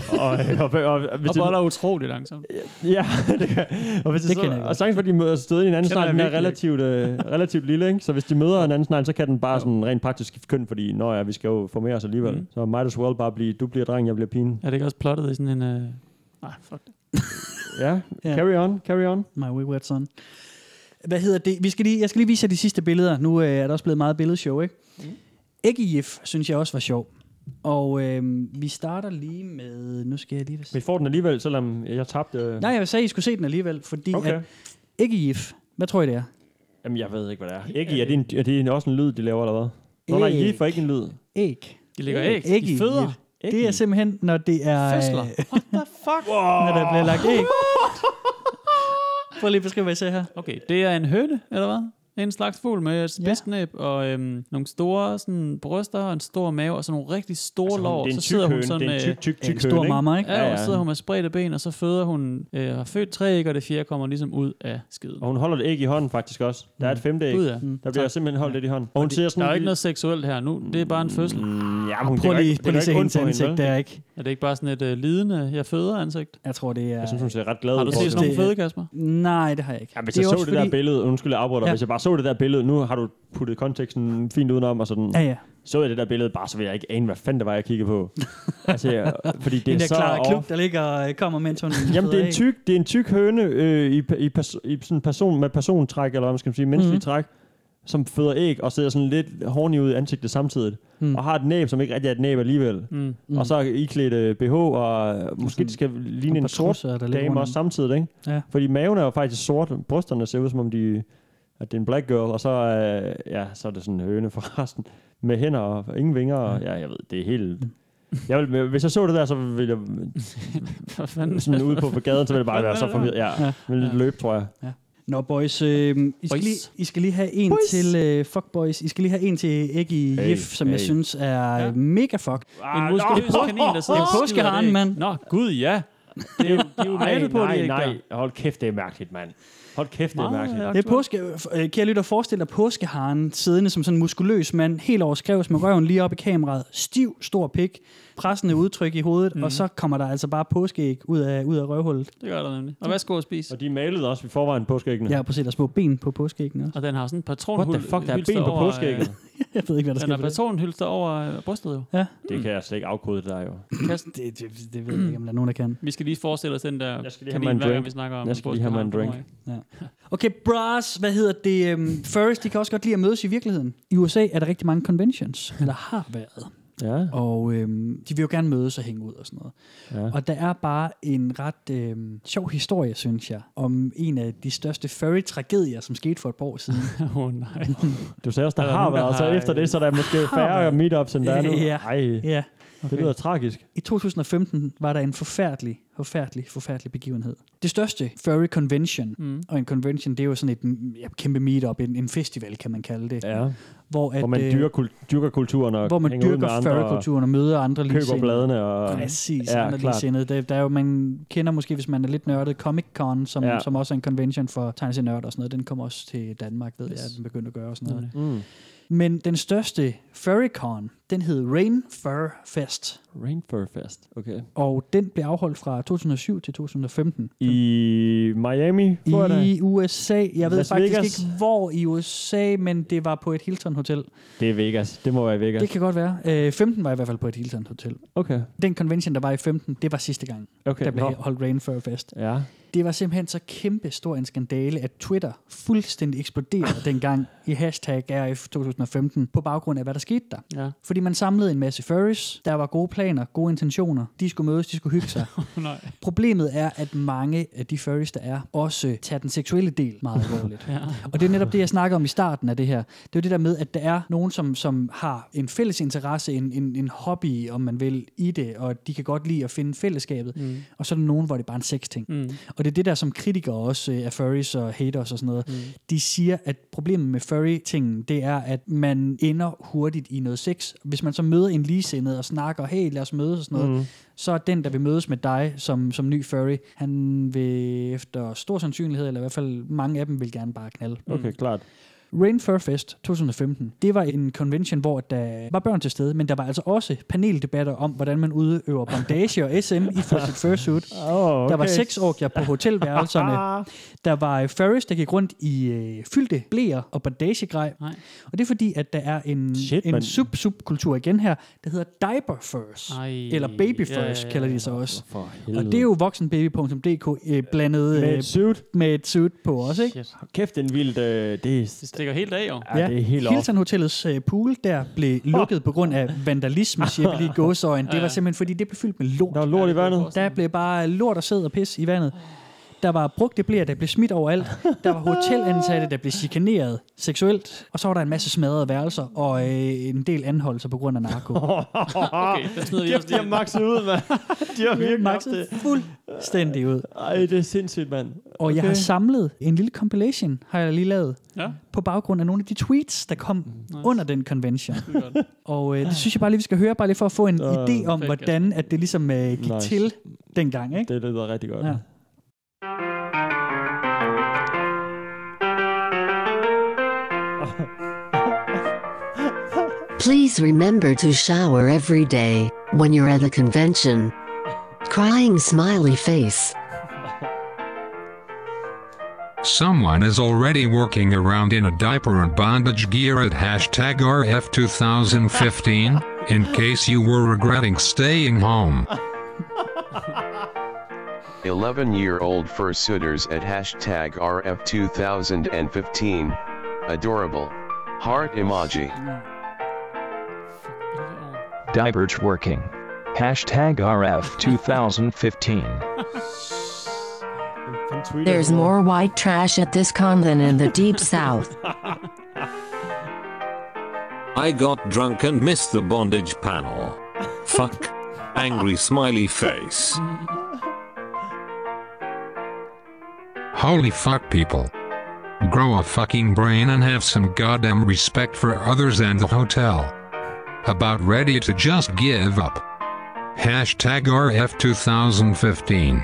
og boller utroligt langsomt. Ja, det kan. Og chancen for, at de møder støde i en anden snegle, den er relativt lille, ikke? Så hvis de møder en anden snegle, så kan den bare sådan rent praktisk skifte køn, fordi vi skal jo formere os alligevel. Så might as well bare du bliver dreng, jeg bliver pige. Er det ikke også plottet i sådan en... Nej, fuck det. Ja, carry on. My wayward son. Hvad hedder det? Jeg skal lige vise jer de sidste billeder. Nu er der også blevet meget billedshow, ikke? Æggegif synes jeg også var sjov. Og vi starter lige med... Nu skal jeg lige... Vi får den alligevel, selvom jeg tabte... Nej, jeg vil sige, at I skulle se den alligevel, fordi at æggegif... Hvad tror I, det er? Jamen, jeg ved ikke, hvad det er. Æggegif, er det også en lyd, de laver, eller hvad? Nej, gif er ikke en lyd. Æg. De lægger æg. I føder. Det er simpelthen, når det er... Fødsler. What the fuck? Når der bliver lagt æg. Prøv lige at beskrive, hvad jeg ser her. Okay, det er en høne, eller hvad? En slags fugl med et spidsnæb og nogle store sådan, bryster og en stor mave og sådan nogle rigtig store lår. Så sidder hun sådan det er en tyk stor mamma, ikke? Ja, og så sidder hun med spredte ben, og så føder hun, har født 3 æg, og det 4 kommer ligesom ud af skiden. Og hun holder et æg i hånden faktisk også. Der er et 5. æg. Der bliver simpelthen holdt lidt i hånden. Og hun siger sådan, der er ikke noget seksuelt her nu. Det er bare en fødsel. Prøv lige at se hendes ansigt, der ikke. Er det ikke bare sådan et lidende, jeg føder ansigt? Jeg tror, det er... Jeg synes, hun ser ret glad ud. Har du set sådan nogle føde, Kasper? Nej, det har jeg ikke. Hvis jeg så det der billede, undskyld, jeg afbryder, hvis jeg bare så det der billede, nu har du puttet konteksten fint udenom og sådan. Ja. Så jeg det der billede, bare så vil jeg ikke ane, hvad fanden det var, jeg kiggede på. Altså, fordi det er så klare klub, der ligger og kommer mens hun... Jamen, det er en tyk høne i sådan person med persontræk, eller hvad man skal sige, menneskelig træk, som føder æg og ser sådan lidt horny ud i ansigtet samtidig. Og har et næb, som ikke rigtig er et næb alligevel. Og så iklædt BH, og måske det skal ligne en sort dame også samtidig, ikke? Ja. Fordi maven er jo faktisk sort, brysterne ser ud som om at det er en black girl, og så er det sådan en høne forresten, med hænder og ingen vinger, og jeg ved, det er helt... Hvis jeg så det der, så ville jeg sådan ude på gaden, så ville det bare være så forvirret. Ja, ville løbe, tror jeg. Ja. Nå, boys, I skal lige have en til fuck boys. I skal lige have en til Æggegif, som jeg synes er mega fuck. En muskuløs kanin, der sidder en påskeharen, mand. Nå, gud, ja. Det er jo matet på det, ikke? Nej, hold kæft, det er mærkeligt, mand. Hold kæft, det er mærkeligt. Det er kære lytter, forestil dig påskeharen siddende som sådan en muskuløs mand, helt overskrevet med røven lige op i kameraet, stiv, stor pik, pressende udtryk i hovedet, og så kommer der altså bare påskeæg ud af røvhullet. Det gør der nemlig. Og hvad skal du spise? Og de malede også i forvejen påskeæggene. Ja, præcis. Der er små ben på påskeæggene også. Og den har sådan en patronhylster. What the fuck, der er ben på påskeæggene? Jeg ved ikke, hvad der sker. Den har patronhylster over brystet jo. Ja. Det kan jeg slet ikke afkode det der jo. Det ved jeg ikke, om der er nogen, der kan. Vi skal lige forestille os den der kanin, hver gang vi snakker om. Jeg skal lige have mig en drink. Ja. Okay, bras, hvad hedder det? Furries, de kan også godt lide at mødes i virkeligheden. I USA er der rigtig mange conventions, eller har været. Ja. Og de vil jo gerne mødes og hænge ud og sådan noget. Ja. Og der er bare en ret sjov historie, synes jeg, om en af de største furry-tragedier, som skete for et par år siden. Nej. Du sagde også, der har været, og så efter det, så der er måske færre meetups, end der er nu. Ja. Okay. Det lyder tragisk. I 2015 var der en forfærdelig begivenhed. Det største furry convention, og en convention, det er jo sådan et kæmpe meetup, en festival, kan man kalde det. Ja. Hvor man dyrker kulturen og hvor man dyrker furry-kulturen og møder andre ligesindede. Køber bladene og... Præcis, andre ligesindede. Der er jo, man kender måske, hvis man er lidt nørdet, Comic-Con, som også er en convention for tegneserienørder og sådan noget. Den kommer også til Danmark, ved jeg, at den begyndte at gøre og sådan noget. Men den største furrycon, den hed Rain Fur Fest. Rain Fur Fest, okay. Og den blev afholdt fra 2007 til 2015. I Miami? I USA. Jeg ved faktisk ikke, hvor i USA, men det var på et Hilton Hotel. Det er Vegas. Det må være Vegas. Det kan godt være. 15 var i hvert fald på et Hilton Hotel. Okay. Den convention, der var i 15, det var sidste gang, der blev holdt Rain Fur Fest. Ja. Det var simpelthen så kæmpe stor en skandale, at Twitter fuldstændig eksploderede dengang i hashtag RF 2015, på baggrund af, hvad der skete der. Ja. Fordi man samlede en masse furries, der var gode planer, gode intentioner, de skulle mødes, de skulle hygge sig. Problemet er, at mange af de furries, der er, også tager den seksuelle del meget alvorligt. Og det er netop det, jeg snakker om i starten af det her. Det er jo det der med, at der er nogen, som har en fælles interesse, en hobby, om man vil, i det, og de kan godt lide at finde fællesskabet. Og så er der nogen, hvor det er bare en sexting. Og Og det er det der, som kritikere også af furries og haters og sådan noget, de siger, at problemet med furry-tingen, det er, at man ender hurtigt i noget sex. Hvis man så møder en ligesindet og snakker, hey, lad os mødes og sådan noget, så er den, der vil mødes med dig som ny furry, han vil efter stor sandsynlighed, eller i hvert fald mange af dem, vil gerne bare knalde. Okay, klart. Rain Fur Fest 2015, det var en convention, hvor der var børn til stede, men der var altså også paneldebatter om, hvordan man udøver bondage og SM i sit fursuit. Okay. Der var sexorgier på hotelværelserne. Der var furries, der gik rundt i fyldte bleer og bandagegrej. Og det er fordi, at der er en subkultur igen her, der hedder diaper furs. Eller baby furs, kalder de så også. Og det er jo voksenbaby.dk blandet med et suit på også, ikke? Kæft, en vildt... Det stikker helt af, jo. Ja, det er helt Hilton Hotellets pool, der blev lukket på grund af vandalisme, siger vi lige i gåseøjne. Det var simpelthen, fordi det blev fyldt med lort. Der var lort i vandet. Der blev bare lort og sæd og pis i vandet. Der var brugte bleer, der blev smidt overalt. Der var hotelansatte, der blev chikaneret seksuelt. Og så var der en masse smadrede værelser og en del anholdelser på grund af narko. Okay, der smider vi også de har makset ud, mand. De har virkelig makset fuldstændig ud. Ej, det er sindssygt, mand. Og jeg har samlet en lille compilation, har jeg lige lavet, på baggrund af nogle af de tweets, der kom under den convention. Og det synes jeg bare lige, vi skal høre, bare lige for at få en idé om, hvordan at det ligesom gik til dengang. Ikke? Det lyder rigtig godt. Ja. Please remember to shower every day when you're at a convention. Crying smiley face. Someone is already working around in a diaper and bondage gear at #RF2015, in case you were regretting staying home. 11-year-old fursuiters at #RF2015. Adorable. Heart emoji. Diverge working. #RF2015. There's more white trash at this con than in the deep south. I got drunk and missed the bondage panel. Fuck. Angry smiley face. Holy fuck, people. Grow a fucking brain and have some goddamn respect for others and the hotel. About ready to just give up. #RF2015.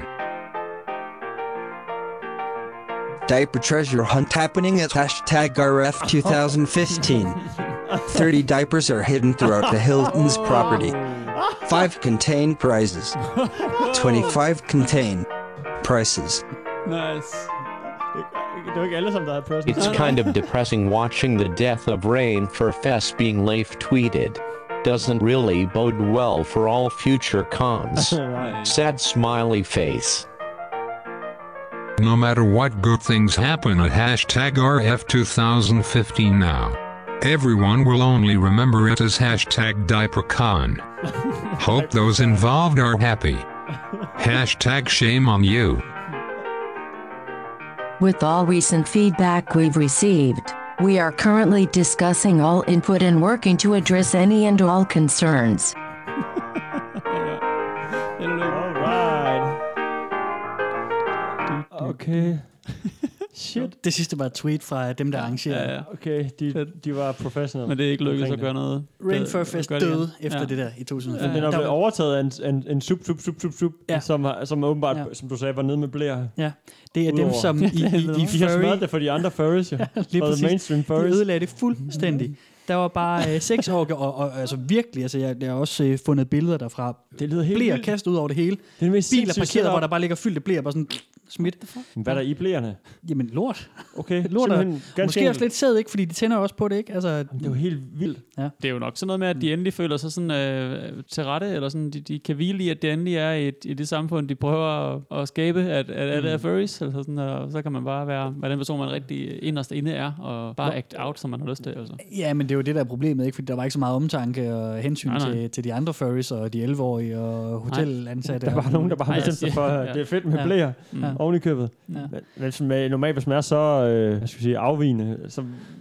Diaper treasure hunt happening at #RF2015. 30 diapers are hidden throughout the Hilton's property. 5 contain prizes. 25 contain prices. Nice. Det er ikke alle sammen, der har personal. It's kind of depressing watching the death of Rain Fur Fest being live tweeted. Doesn't really bode well for all future cons. Sad smiley face. No matter what good things happen at #RF2015 now, everyone will only remember it as #DiaperCon. Hope those involved are happy. #shame on you. With all recent feedback we've received, we are currently discussing all input and working to address any and all concerns. Okay. Shit. Det sidste var et tweet fra dem, der arrangerede. Ja. Okay, de var professionelle. Men det er ikke lykkedes at gøre noget. Rain Fur Fest døde efter det der i 2005. Den er blevet overtaget af en sup, som åbenbart, som du sagde, var nede med blære. Ja, det er dem, som i de har smadret det for de andre furries, jo. Lige præcis. Mainstream furries. De ødelagde det fuldstændig. Der var bare 6 år, og altså virkelig, altså jeg har også fundet billeder derfra. Det lyder helt bleer vildt. kastet ud over det hele. Det er mest biler parkeret, hvor der bare ligger fyldte bleer, bare sådan smidt. Hvad er der i blærerne? Jamen lort. Okay, lort måske også lidt sæd, ikke? Fordi de tænder også på det, ikke? Altså, det er jo helt vildt. Ja. Det er jo nok sådan noget med, at de endelig føler sig sådan til rette, eller sådan, de kan hvile i, at det endelig er i det samfund, de prøver at skabe, at det er furries, altså sådan, og så kan man bare være den person, man rigtig inderst inde er, og bare act out, som man har lyst til. Altså. Ja, men det er jo det, der er problemet, ikke? Fordi der var ikke så meget omtanke og hensyn til de andre furries og de 11-årige og hotelansatte. Der var nogen, der bare bestemte sig for, at det er fedt med blæer oven i købet. Men normalt, hvis man er så afvigende, så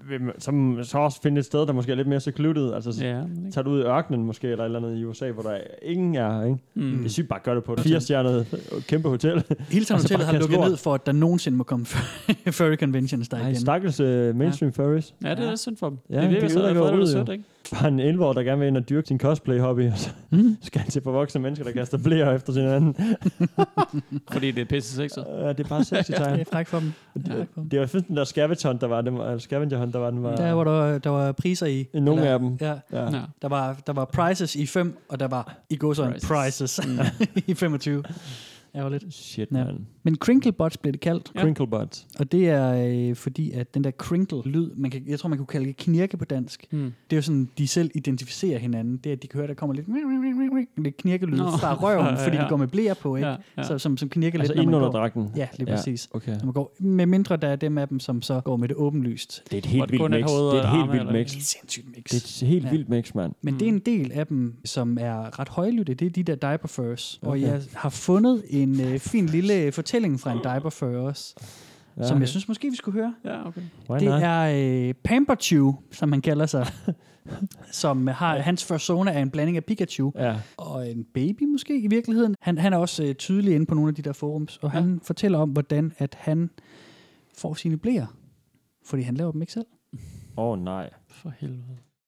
så også finde et sted, der måske er lidt mere secluded. Altså, tager du ud i ørkenen måske, eller et eller andet i USA, hvor der ingen er, ikke? Det er sygt bare at gøre det på et 4-stjernet kæmpe hotel. Hilton Hotellet har lukket ned for, at der nogensinde må komme furry conventions der igen. Stakkels mainstream furries. Ja, det er synd for dem. Ja, det virker så ud, sødt, ikke? Bare en 11-årig, der gerne vil ind og dyrke sin cosplay-hobby, og så skal han til for voksne mennesker, der kaster blære efter sin anden. Fordi det er pisse sexet. Ja, det er bare sexy tegn. Det er fræk for dem. Det var først den der scavenger hunt, der var. Der var der var priser i. Nogle af dem. Ja. Der var prices i 5, og der var i går sådan prices i 25. Ærgerligt. Shit, man. Men Crinklebots blev det kaldt. Crinklebots. Og det er fordi, at den der crinkle-lyd, jeg tror, man kunne kalde det knirke på dansk. Det er jo sådan, de selv identificerer hinanden. Det er, at de kan høre, der kommer lidt knirkelyd fra røven, fordi de går med blære på, ikke? Så, som knirker altså lidt, når man under går. dragten? Ja, lige præcis. Okay. Når man går, med mindre der er dem af dem, som så går med det åbenlyst. Det er et helt vildt mix. Det er et helt vildt mix. Det er et sindssygt mix. Det er et helt vildt mix, mand. Men det er en del af dem, som er ret højlytte. Det er de der diaper furs. Og jeg har fundet en fin lille fortælling fra en diaper fur også, som jeg synes måske vi skulle høre. Ja, okay. Det er Pamperchew, som han kalder sig, som har hans persona er en blanding af Pikachu og en baby måske i virkeligheden. Han er også tydelig inde på nogle af de der forums, og han fortæller om, hvordan at han får sine blæer, fordi han laver dem ikke selv. Nej. For helvede.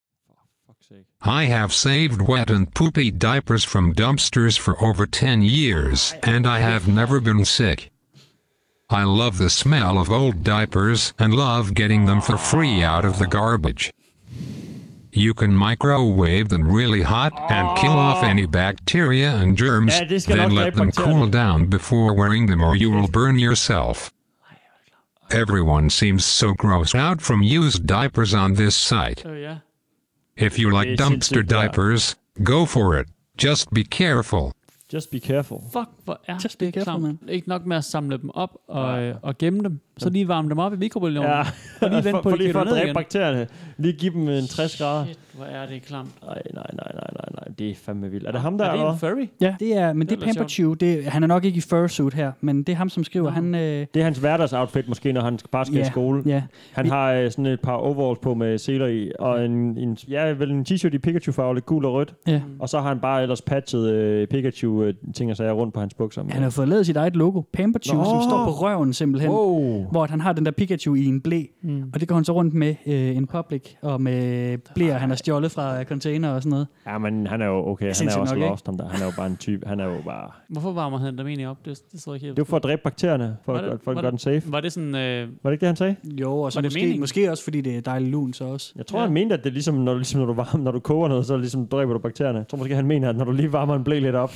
I have saved wet and poopy diapers from dumpsters for over 10 years, and I have never been sick. I love the smell of old diapers and love getting them for free out of the garbage. You can microwave them really hot and kill off any bacteria and germs, then let them cool down before wearing them or you will burn yourself. Everyone seems so grossed out from used diapers on this site. If you like dumpster diapers, go for it. Just be careful. Just be careful. Fuck, hvor er det klamt. Ikke nok med at samle dem op og gemme dem, så lige varme dem op i mikrobølgeovnen. Ja, og lige vente på, for lige for at dræbe bakterierne. Lige give dem en 60 grader. Shit, hvor er det klamt. Nej. Det er fandme vildt. Er det ham der? Er det en furry? Ja, det er, men det er Pamperchew. Han er nok ikke i fursuit her, men det er ham, som skriver. Han, det er hans hverdagsoutfit måske, når han bare skal i skole. Ja. Han har sådan et par overalls på med seler i, og en t-shirt i Pikachu-farve, lidt gul og rødt. Ja. Og så har han bare ellers patchet Pikachu-ting og sager rundt på hans bukser. Han har fået lavet sit eget logo, Pamperchew, som står på røven simpelthen, hvor han har den der Pikachu i en blæ, og det går han så rundt med in public, og med blæer, han har stjålet fra container og sådan noget. Ja, men han er jo okay, han er også lost ham der. Han er jo bare en type, han er jo bare... Hvorfor varmer han dem egentlig op? Det tror jeg ikke helt. Det var for at dræbe bakterierne, for at gøre den safe. Var det sådan... Var det ikke det, han sagde? Jo, og så måske også, fordi det er dejligt lun så også. Jeg tror, han mente, at det er ligesom, når du koger noget, så ligesom dræber du bakterierne. Jeg tror måske, han mener, at når du lige varmer en blæ lidt op,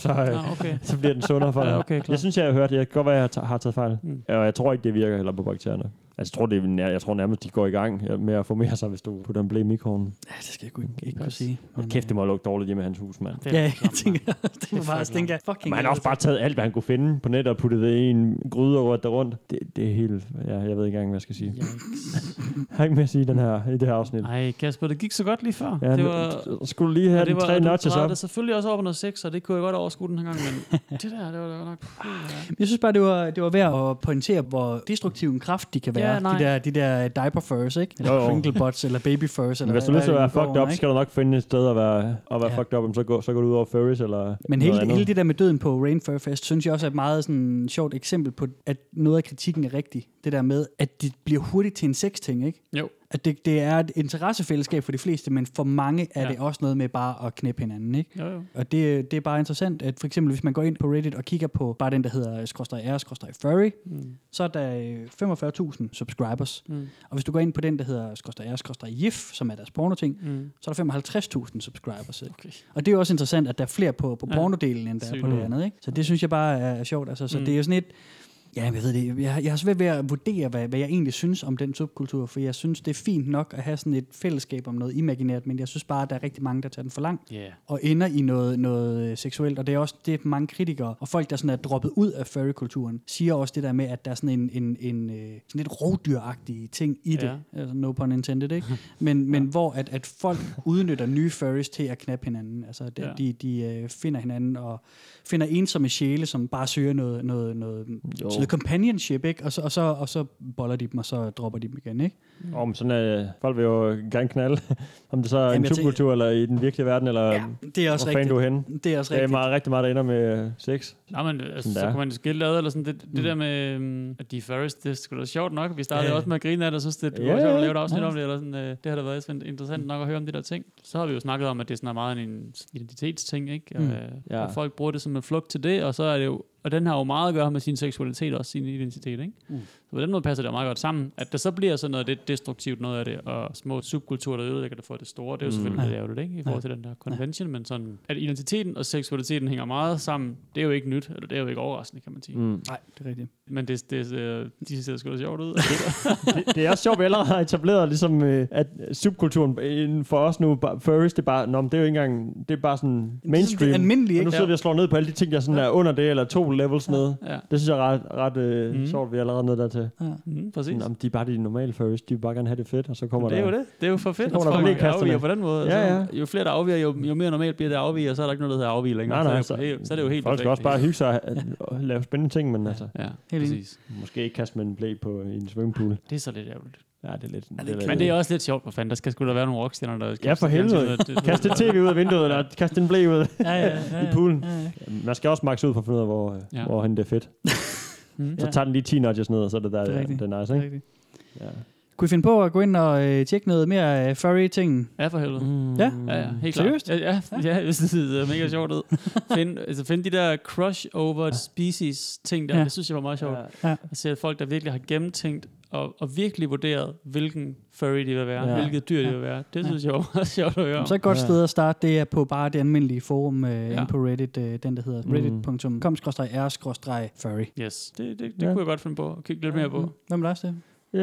så bliver den sundere for dig. Okay, jeg synes, jeg har hørt det. Jeg kan godt være, at jeg har taget fejl. Og jeg tror ikke, det virker heller på bakterierne. Altså, jeg tror nærmest, de går i gang med at formere sig, hvis du putter en blæ i mikroen. Ja, det skal jeg ikke kunne sige. Og kæft, det må lugte dårligt hjemme i hans hus, mand. Ja, jeg tænker, det var bare tænker, fucking... Men han har også bare taget alt, hvad han kunne finde på nettet og puttet det i en gryde og rørt det rundt. Det er helt... Ja, jeg ved ikke engang, hvad jeg skal sige. Jeg har ikke mere at sige i det her afsnit. Nej, Kasper, det gik så godt lige før. Ja, det var, skulle lige have de 3 notches op. Det selvfølgelig også over på noget 6, og det kunne jeg godt overskue den her gang, men det var nok... Jeg synes bare, det var værd at pointere, hvor destruktiv en kraft de kan være. De der diaper furs, ikke? Eller Crinklebots, eller baby furs. Eller hvis du lyst til at være fucked up, så skal du nok finde et sted at være fucked up, så går du ud over furries eller men hele det der med døden på Rain Fur Fest, synes jeg også er et meget sådan sjovt eksempel på, at noget af kritikken er rigtig. Det der med, at det bliver hurtigt til en sexting, ikke? Jo. At det er et interessefællesskab for de fleste, men for mange er det også noget med bare at knæppe hinanden, ikke? Jo. Og det er bare interessant, at for eksempel, hvis man går ind på Reddit og kigger på bare den, der hedder /r/furry, så er der 45.000 subscribers. Og hvis du går ind på den, der hedder /r/gif, som er deres porno-ting, så er der 55.000 subscribers. Okay. Og det er jo også interessant, at der er flere på pornodelen, end der er på det andet, ikke? Så det synes jeg bare er sjovt. Altså, så det er jo sådan et... Ja, jeg ved det. Jeg har svært ved at vurdere, hvad jeg egentlig synes om den subkultur, for jeg synes, det er fint nok at have sådan et fællesskab om noget imaginært, men jeg synes bare, at der er rigtig mange, der tager den for langt og ender i noget seksuelt, og det er også det mange kritikere og folk, der sådan er droppet ud af furry-kulturen, siger også det der med, at der er sådan en sådan lidt rovdyragtige ting i det, altså no pun intended, ikke? Men hvor at folk udnytter nye furries til at knappe hinanden, altså de finder hinanden og finder ensomme sjæle, som bare søger noget noget companionship, ikke? Og så boller de dem, og så dropper de dem igen, ikke? Men sådan folk vil jo gerne knalde, om det så er en subkultur, eller i den virkelige verden, eller det er også hvor fanden du er henne. Det er også rigtigt. Det er rigtig meget, der ender med sex. Nej, men så kan man skille ad, eller sådan det der med, at de furries, det er sgu da sjovt nok. Vi startede også med at grine af det, og synes, det var sjovt at lave et afsnit om det, eller sådan, det har da været interessant nok at høre om de der ting. Så har vi jo snakket om, at det er sådan meget en identitetsting, ikke? Og folk bruger det som en flugt til det, og så er det jo, og den har jo meget at gøre med sin seksualitet og sin identitet, ikke? Så på den måde passer det meget godt sammen. At der så bliver sådan noget det destruktivt noget af det, og små subkulturer, der ødelægger det for det store, det er jo selvfølgelig det ærgerligt, ikke? I forhold til den der convention, men sådan, at identiteten og seksualiteten hænger meget sammen, det er jo ikke nyt, eller det er jo ikke overraskende, kan man sige. Nej, det er rigtigt. Men de ser sgu da sjovt ud. det er også sjovt, vi allerede har etableret, ligesom, at subkulturen for os nu, furries, det er bare, det er jo ikke engang, det er bare sådan mainstream. Det er almindeligt, ikke? Og nu sidder vi og slår ned på alle de ting, der sådan er under det, eller 2 levels ned. Ja. Det synes jeg er ret sjovt, vi er allerede ned dertil. Præcis. Sådan, de er bare de normale furries, de vil bare gerne have det fedt, og så kommer det er der... jo det. Det er jo for fedt, at folk afviger på den måde. Ja. Altså, jo flere der afviger, jo mere normalt bliver det afviger, og så er der ikke noget, der hedder afviger længere. Nej, så er det jo helt folk skal også bare hygge sig og lave spændende ting, men altså... Ja, præcis. Måske ikke kaste med en blæ på en swimmingpool. Det er så lidt ærgerligt. Ja, det er lidt... Men det er også lidt sjovt, for fanden. Der skal sgu da være nogle rockstjerner, der... Ja, for helvede. Kast et tv ud af vinduet, eller kast en blæ ud i poolen. Man skal også max ud for at finde ud af, hvor det er fedt. Så tager den lige 10 notches ned, og så er det er nice, ikke? Ja. Kunne I finde på at gå ind og tjekke noget mere furry-ting? Ja, for helvede. Ja, helt klart. Seriøst? Ja, det ser mega sjovt ud. Find de der crush over species ting der, det synes jeg var meget sjovt. At se folk, der virkelig har gennemtænkt og virkelig vurderet, hvilken furry de vil være, hvilket dyr de vil være. Det synes jeg var meget sjovt at høre. Så et godt sted at starte, det er på bare det almindelige forum inde på Reddit, den der hedder reddit.com/r/furry. Yes, det kunne jeg godt finde på at kigge lidt mere på. Hvem vil det?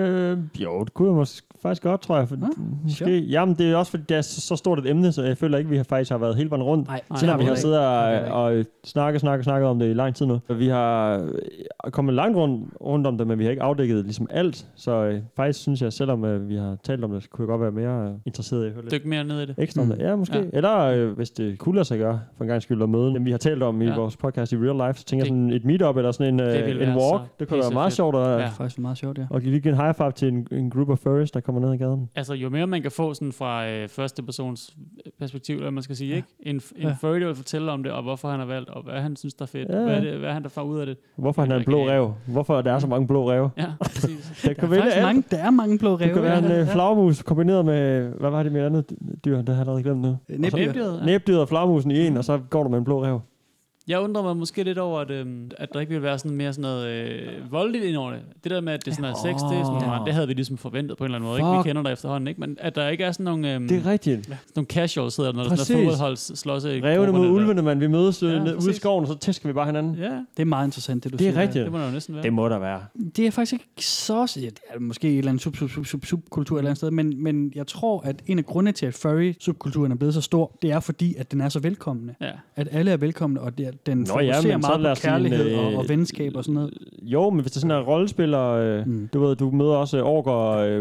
Jo, det kunne jeg faktisk godt, tror jeg. Måske. Sure. Jamen, det er også fordi, det er så stort et emne, så jeg føler ikke, at vi faktisk har været hele vejen rundt. Selvom vi har siddet og snakket om det i lang tid nu. Vi har kommet langt rundt om det, men vi har ikke afdækket ligesom alt. Så faktisk synes jeg, selvom vi har talt om det, så kunne jeg godt være mere interesseret i at høre lidt. Dyk mere ned i det. Ekstra om det. Ja, måske. Ja. Eller hvis det kunne lade sig gøre, for en gang skyld at møde dem, vi har talt om i vores podcast i real life, så tænker jeg sådan et meetup eller sådan en walk. Det kunne være meget sjovt. Faktisk meget sjovt, ja. Og lige en high five til en group of furries, der kommer ned i gaden. Altså, jo mere man kan få sådan fra første persons perspektiv, eller man skal sige, ikke? En furry, der vil fortælle om det, og hvorfor han har valgt, og hvad han synes, der er fedt. Hvad han der får ud af det. Hvorfor han er en blå ræv. Hvorfor der er så mange blå ræve. Ja, præcis. Der er mange blå ræve. Det kan være en flagmus kombineret med, hvad var det med andet dyr, der har jeg allerede glemt nu? Næbdyret og flagmusen i en, og så går du med en blå ræv. Jeg undrer mig måske lidt over, at der ikke vil være sådan mere sådan noget voldeligt ind over det. Det der med, at det sådan er sex, det havde vi ligesom forventet på en eller anden måde. Ikke? Vi kender det efterhånden, ikke? Men at der ikke er sådan nogle... det er rigtigt. Sådan nogle casuals, hedder når der sådan er fodboldholds slås i rævene mod ulvene, man. Vi mødes ude i skoven, og så tæsker vi bare hinanden. Ja. Det er meget interessant, det du siger. Det er rigtigt. Det må der jo næsten være. Det må der være. Det er faktisk ikke så... Ja, det er måske et eller andet subkultur et eller andet sted, men jeg tror, at en af grundene til, at furry-subkulturen er blevet så stor, det er fordi, at den er så velkommende. Ja. At alle er velkomne, og den fokuserer meget på kærlighed og venskab og sådan noget. Jo, men hvis det er sådan en rollespiller, du møder også orker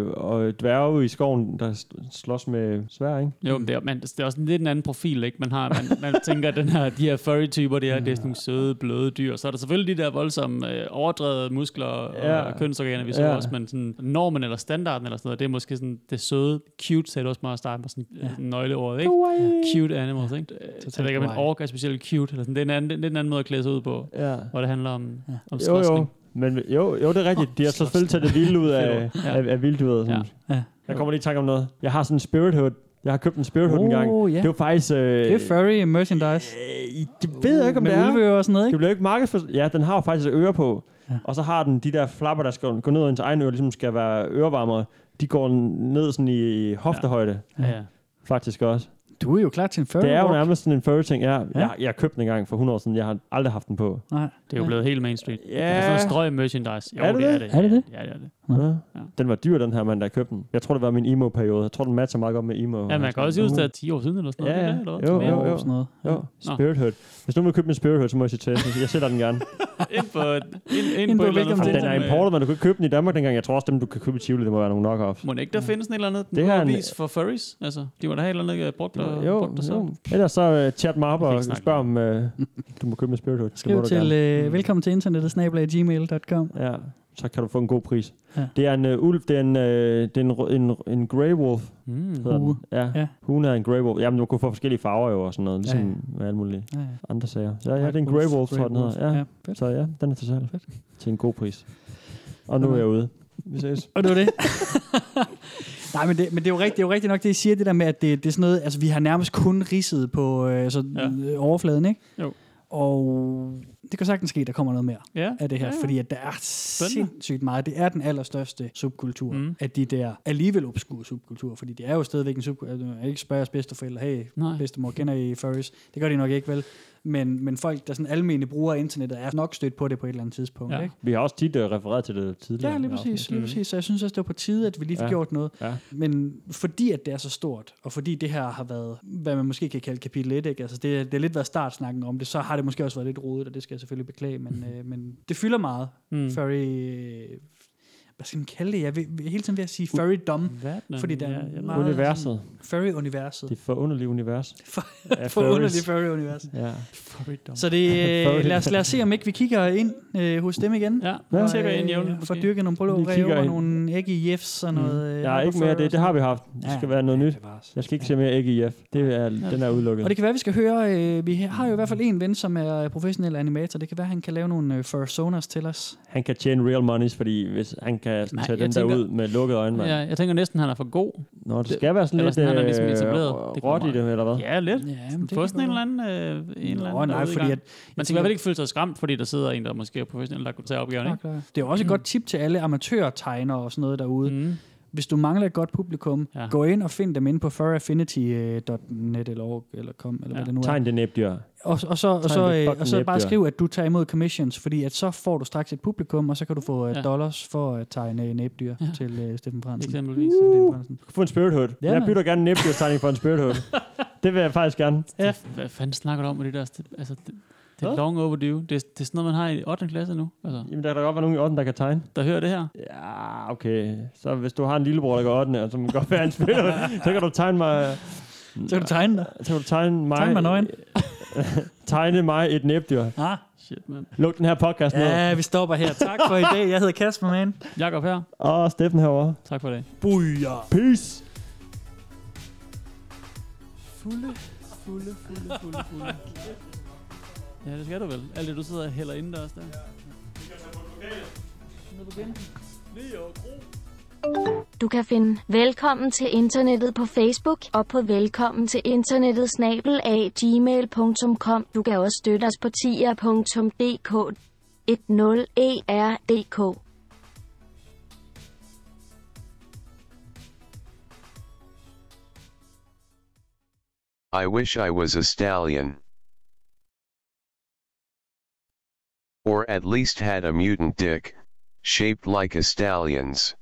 og dværge i skoven, der slås med sværd, ikke? Jo, men det er også lidt en anden profil, ikke? Man tænker, at de her furry-typer, det er sådan nogle søde, bløde dyr. Så er der selvfølgelig de der voldsomme overdrevet muskler og kønsorganer, vi så også, men sådan normen eller standarden eller sådan noget, det er måske sådan det søde, cute, sagde du også meget at starte med sådan nøgleordet, ikke? Cute animals, ikke? Så det ikke, at en ork er specielt cute, eller sådan. Det er en anden måde at klæde sig ud på, hvor det handler om slåsning. Men jo, det er rigtigt. De har selvfølgelig taget det vilde ud af vilddyret. Jeg kommer lige i tanke om noget. Jeg har sådan en spirit hood. Jeg har købt en spirit hood en gang. Det var faktisk... det er furry merchandise. Det ved jeg ikke, om det er. Med ulveører og sådan noget, ikke? Det bliver ikke markedsført. Ja, den har jo faktisk ører på. Og så har den de der flapper, der skal gå ned og ens egen ører, ligesom skal være ørevarmere. De går ned sådan i hoftehøjde. Faktisk også. Du er jo klar til en furry. Det er jo nærmest sådan en furry ting. Jeg købte den engang for 100 år siden. Jeg har aldrig haft den på. Nej. Det er jo blevet helt mainstream. Ja. Det er sådan en strøg merchandise. Jo, er det det? Er det det? Ja, det er det. Ja. Den var dyr, den her mand, der købte den. Jeg tror, det var min emo-periode. Jeg tror, den matcher meget godt med emo. Ja, man kan også huske, at 10 år siden eller sådan noget. Ja, det, eller jo. Sådan noget. Jo. Spirit Hurt. Hvis nogen vil købe min Spirit Hurt, så må jeg sige til. Jeg sætter den gerne. ind på den er importet, men du kan ikke købe den i Danmark dengang. Jeg tror også, dem du kan købe i Tivoli, det må være nogle knock-offs. Må det ikke der findes en eller anden avis for furries? Altså, de må da have et eller andet brugt jo. Ellers så chat mig op og spørg om du må købe min Spirit Hurt. Skriv til velkommen til internettet @gmail.com. Ja. Så kan du få en god pris. Ja. Det er en ulv, det er en grey wolf. Hue. Ja. Hun er en grey wolf. Jamen, du kan få forskellige farver jo og sådan noget, ligesom med alle mulige andre sager. Ja, det er en grey wolf, tror jeg, den hedder. Ja. Så ja, den er til salg. Til en god pris. Og nu er jeg ude. Vi ses. Og det var det. Nej, men det er jo rigtigt nok, det I siger, det der med, at det er sådan noget, altså vi har nærmest kun ridset på overfladen, ikke? Jo. Og det kan sagtens ske, der kommer noget mere af det her, fordi at der er sindssygt meget. Det er den allerstørste subkultur af de der alligevel obskure subkulturer, fordi det er jo stadigvæk en subkultur. Jeg ikke spørger jeres bedsteforældre, hey, bedstemor, kender I furries? Det gør de nok ikke, vel? Men folk, der sådan almene bruger af internettet, er nok stødt på det på et eller andet tidspunkt. Ja. Ikke? Vi har også tit refereret til det tidligere. Ja, lige præcis. Så jeg synes også, det var på tide, at vi lige fik gjort noget. Ja. Men fordi at det er så stort, og fordi det her har været, hvad man måske kan kalde kapitel 1, ikke? Altså det er lidt været startsnakken om det, så har det måske også været lidt rodet, og det skal jeg selvfølgelig beklage, men det fylder meget. Furry... Hvad skal man kalde det? Jeg vil hele tiden ved at sige furry-dom, fordi der er meget... Universet. Furry-universet. Det forunderlige univers. Forunderlige furry-univers. Ja. Furry-dom. Så det, lad os se, om ikke vi kigger ind hos dem igen. Ja, tjekker ind jævnligt. For at dyrke nogle blå ræve og nogle æg i jefs og noget... Ja, ikke mere det har vi haft. Det skal være noget nyt. Jeg skal ikke se mere æg i jef. Den er udelukket. Og det kan være, vi skal høre... Vi har jo i hvert fald en ven, som er professionel animator. Det kan være, han kan lave nogle fursonas til os. Han kan tjene real monies, fordi hvis han kan tage den der ud med lukkede øjne. Ja, jeg tænker næsten, han er for god. Nå, det skal være sådan lidt ligesom råt i det, eller hvad? Ja, lidt. Få sådan en eller anden nej, fordi at, man skal i hvert fald ikke føle sig skræmt, fordi der sidder en, der måske er professionel, der kunne tage opgaven. Ikke? Det er jo også et godt tip til alle amatørtegnere og sådan noget derude. Hvis du mangler et godt publikum, gå ind og find dem inde på furaffinity.net eller com, eller hvad det nu er. Tegn det næbdyr. Og så bare skriv, at du tager imod commissions, fordi at så får du straks et publikum, og så kan du få dollars for at tegne næbdyr til Steffen Fransen. Eksempelvis. Du kan få en Spirit Hood. Jeg bytter gerne en næbdyrstegning for en Spirit Hood. Det vil jeg faktisk gerne. Ja. Hvad fanden snakker du om med det der? Altså, det er long overdue. Det er sådan noget, man har i 8. klasse nu. Altså. Jamen, der kan da godt være nogen i 8. der kan tegne. Der hører det her? Ja, okay. Så hvis du har en lillebror, der går 8. og som godt være en Spirit, så kan du tegne mig... Så kan du tegne dig? Så kan du tegne mig... Tegne mig nøgen. Tegne mig et næbdyr. Shit, man. Luk den her podcast ned. Ja, vi stopper her. Tak for i dag. Jeg hedder Kasper, man. Jakob her. Og Steffen herovre. Tak for det. Booyah. Peace. Fulde. Ja, det skal du vel. Alt det, du sidder og hælder indendørs der. Du kan finde Velkommen til Internettet på Facebook og på velkommen til internettet @gmail.com. Du kan også støtte os på tier.dk 10ERDK. I wish I was a stallion. Or at least had a mutant dick, shaped like a stallion's.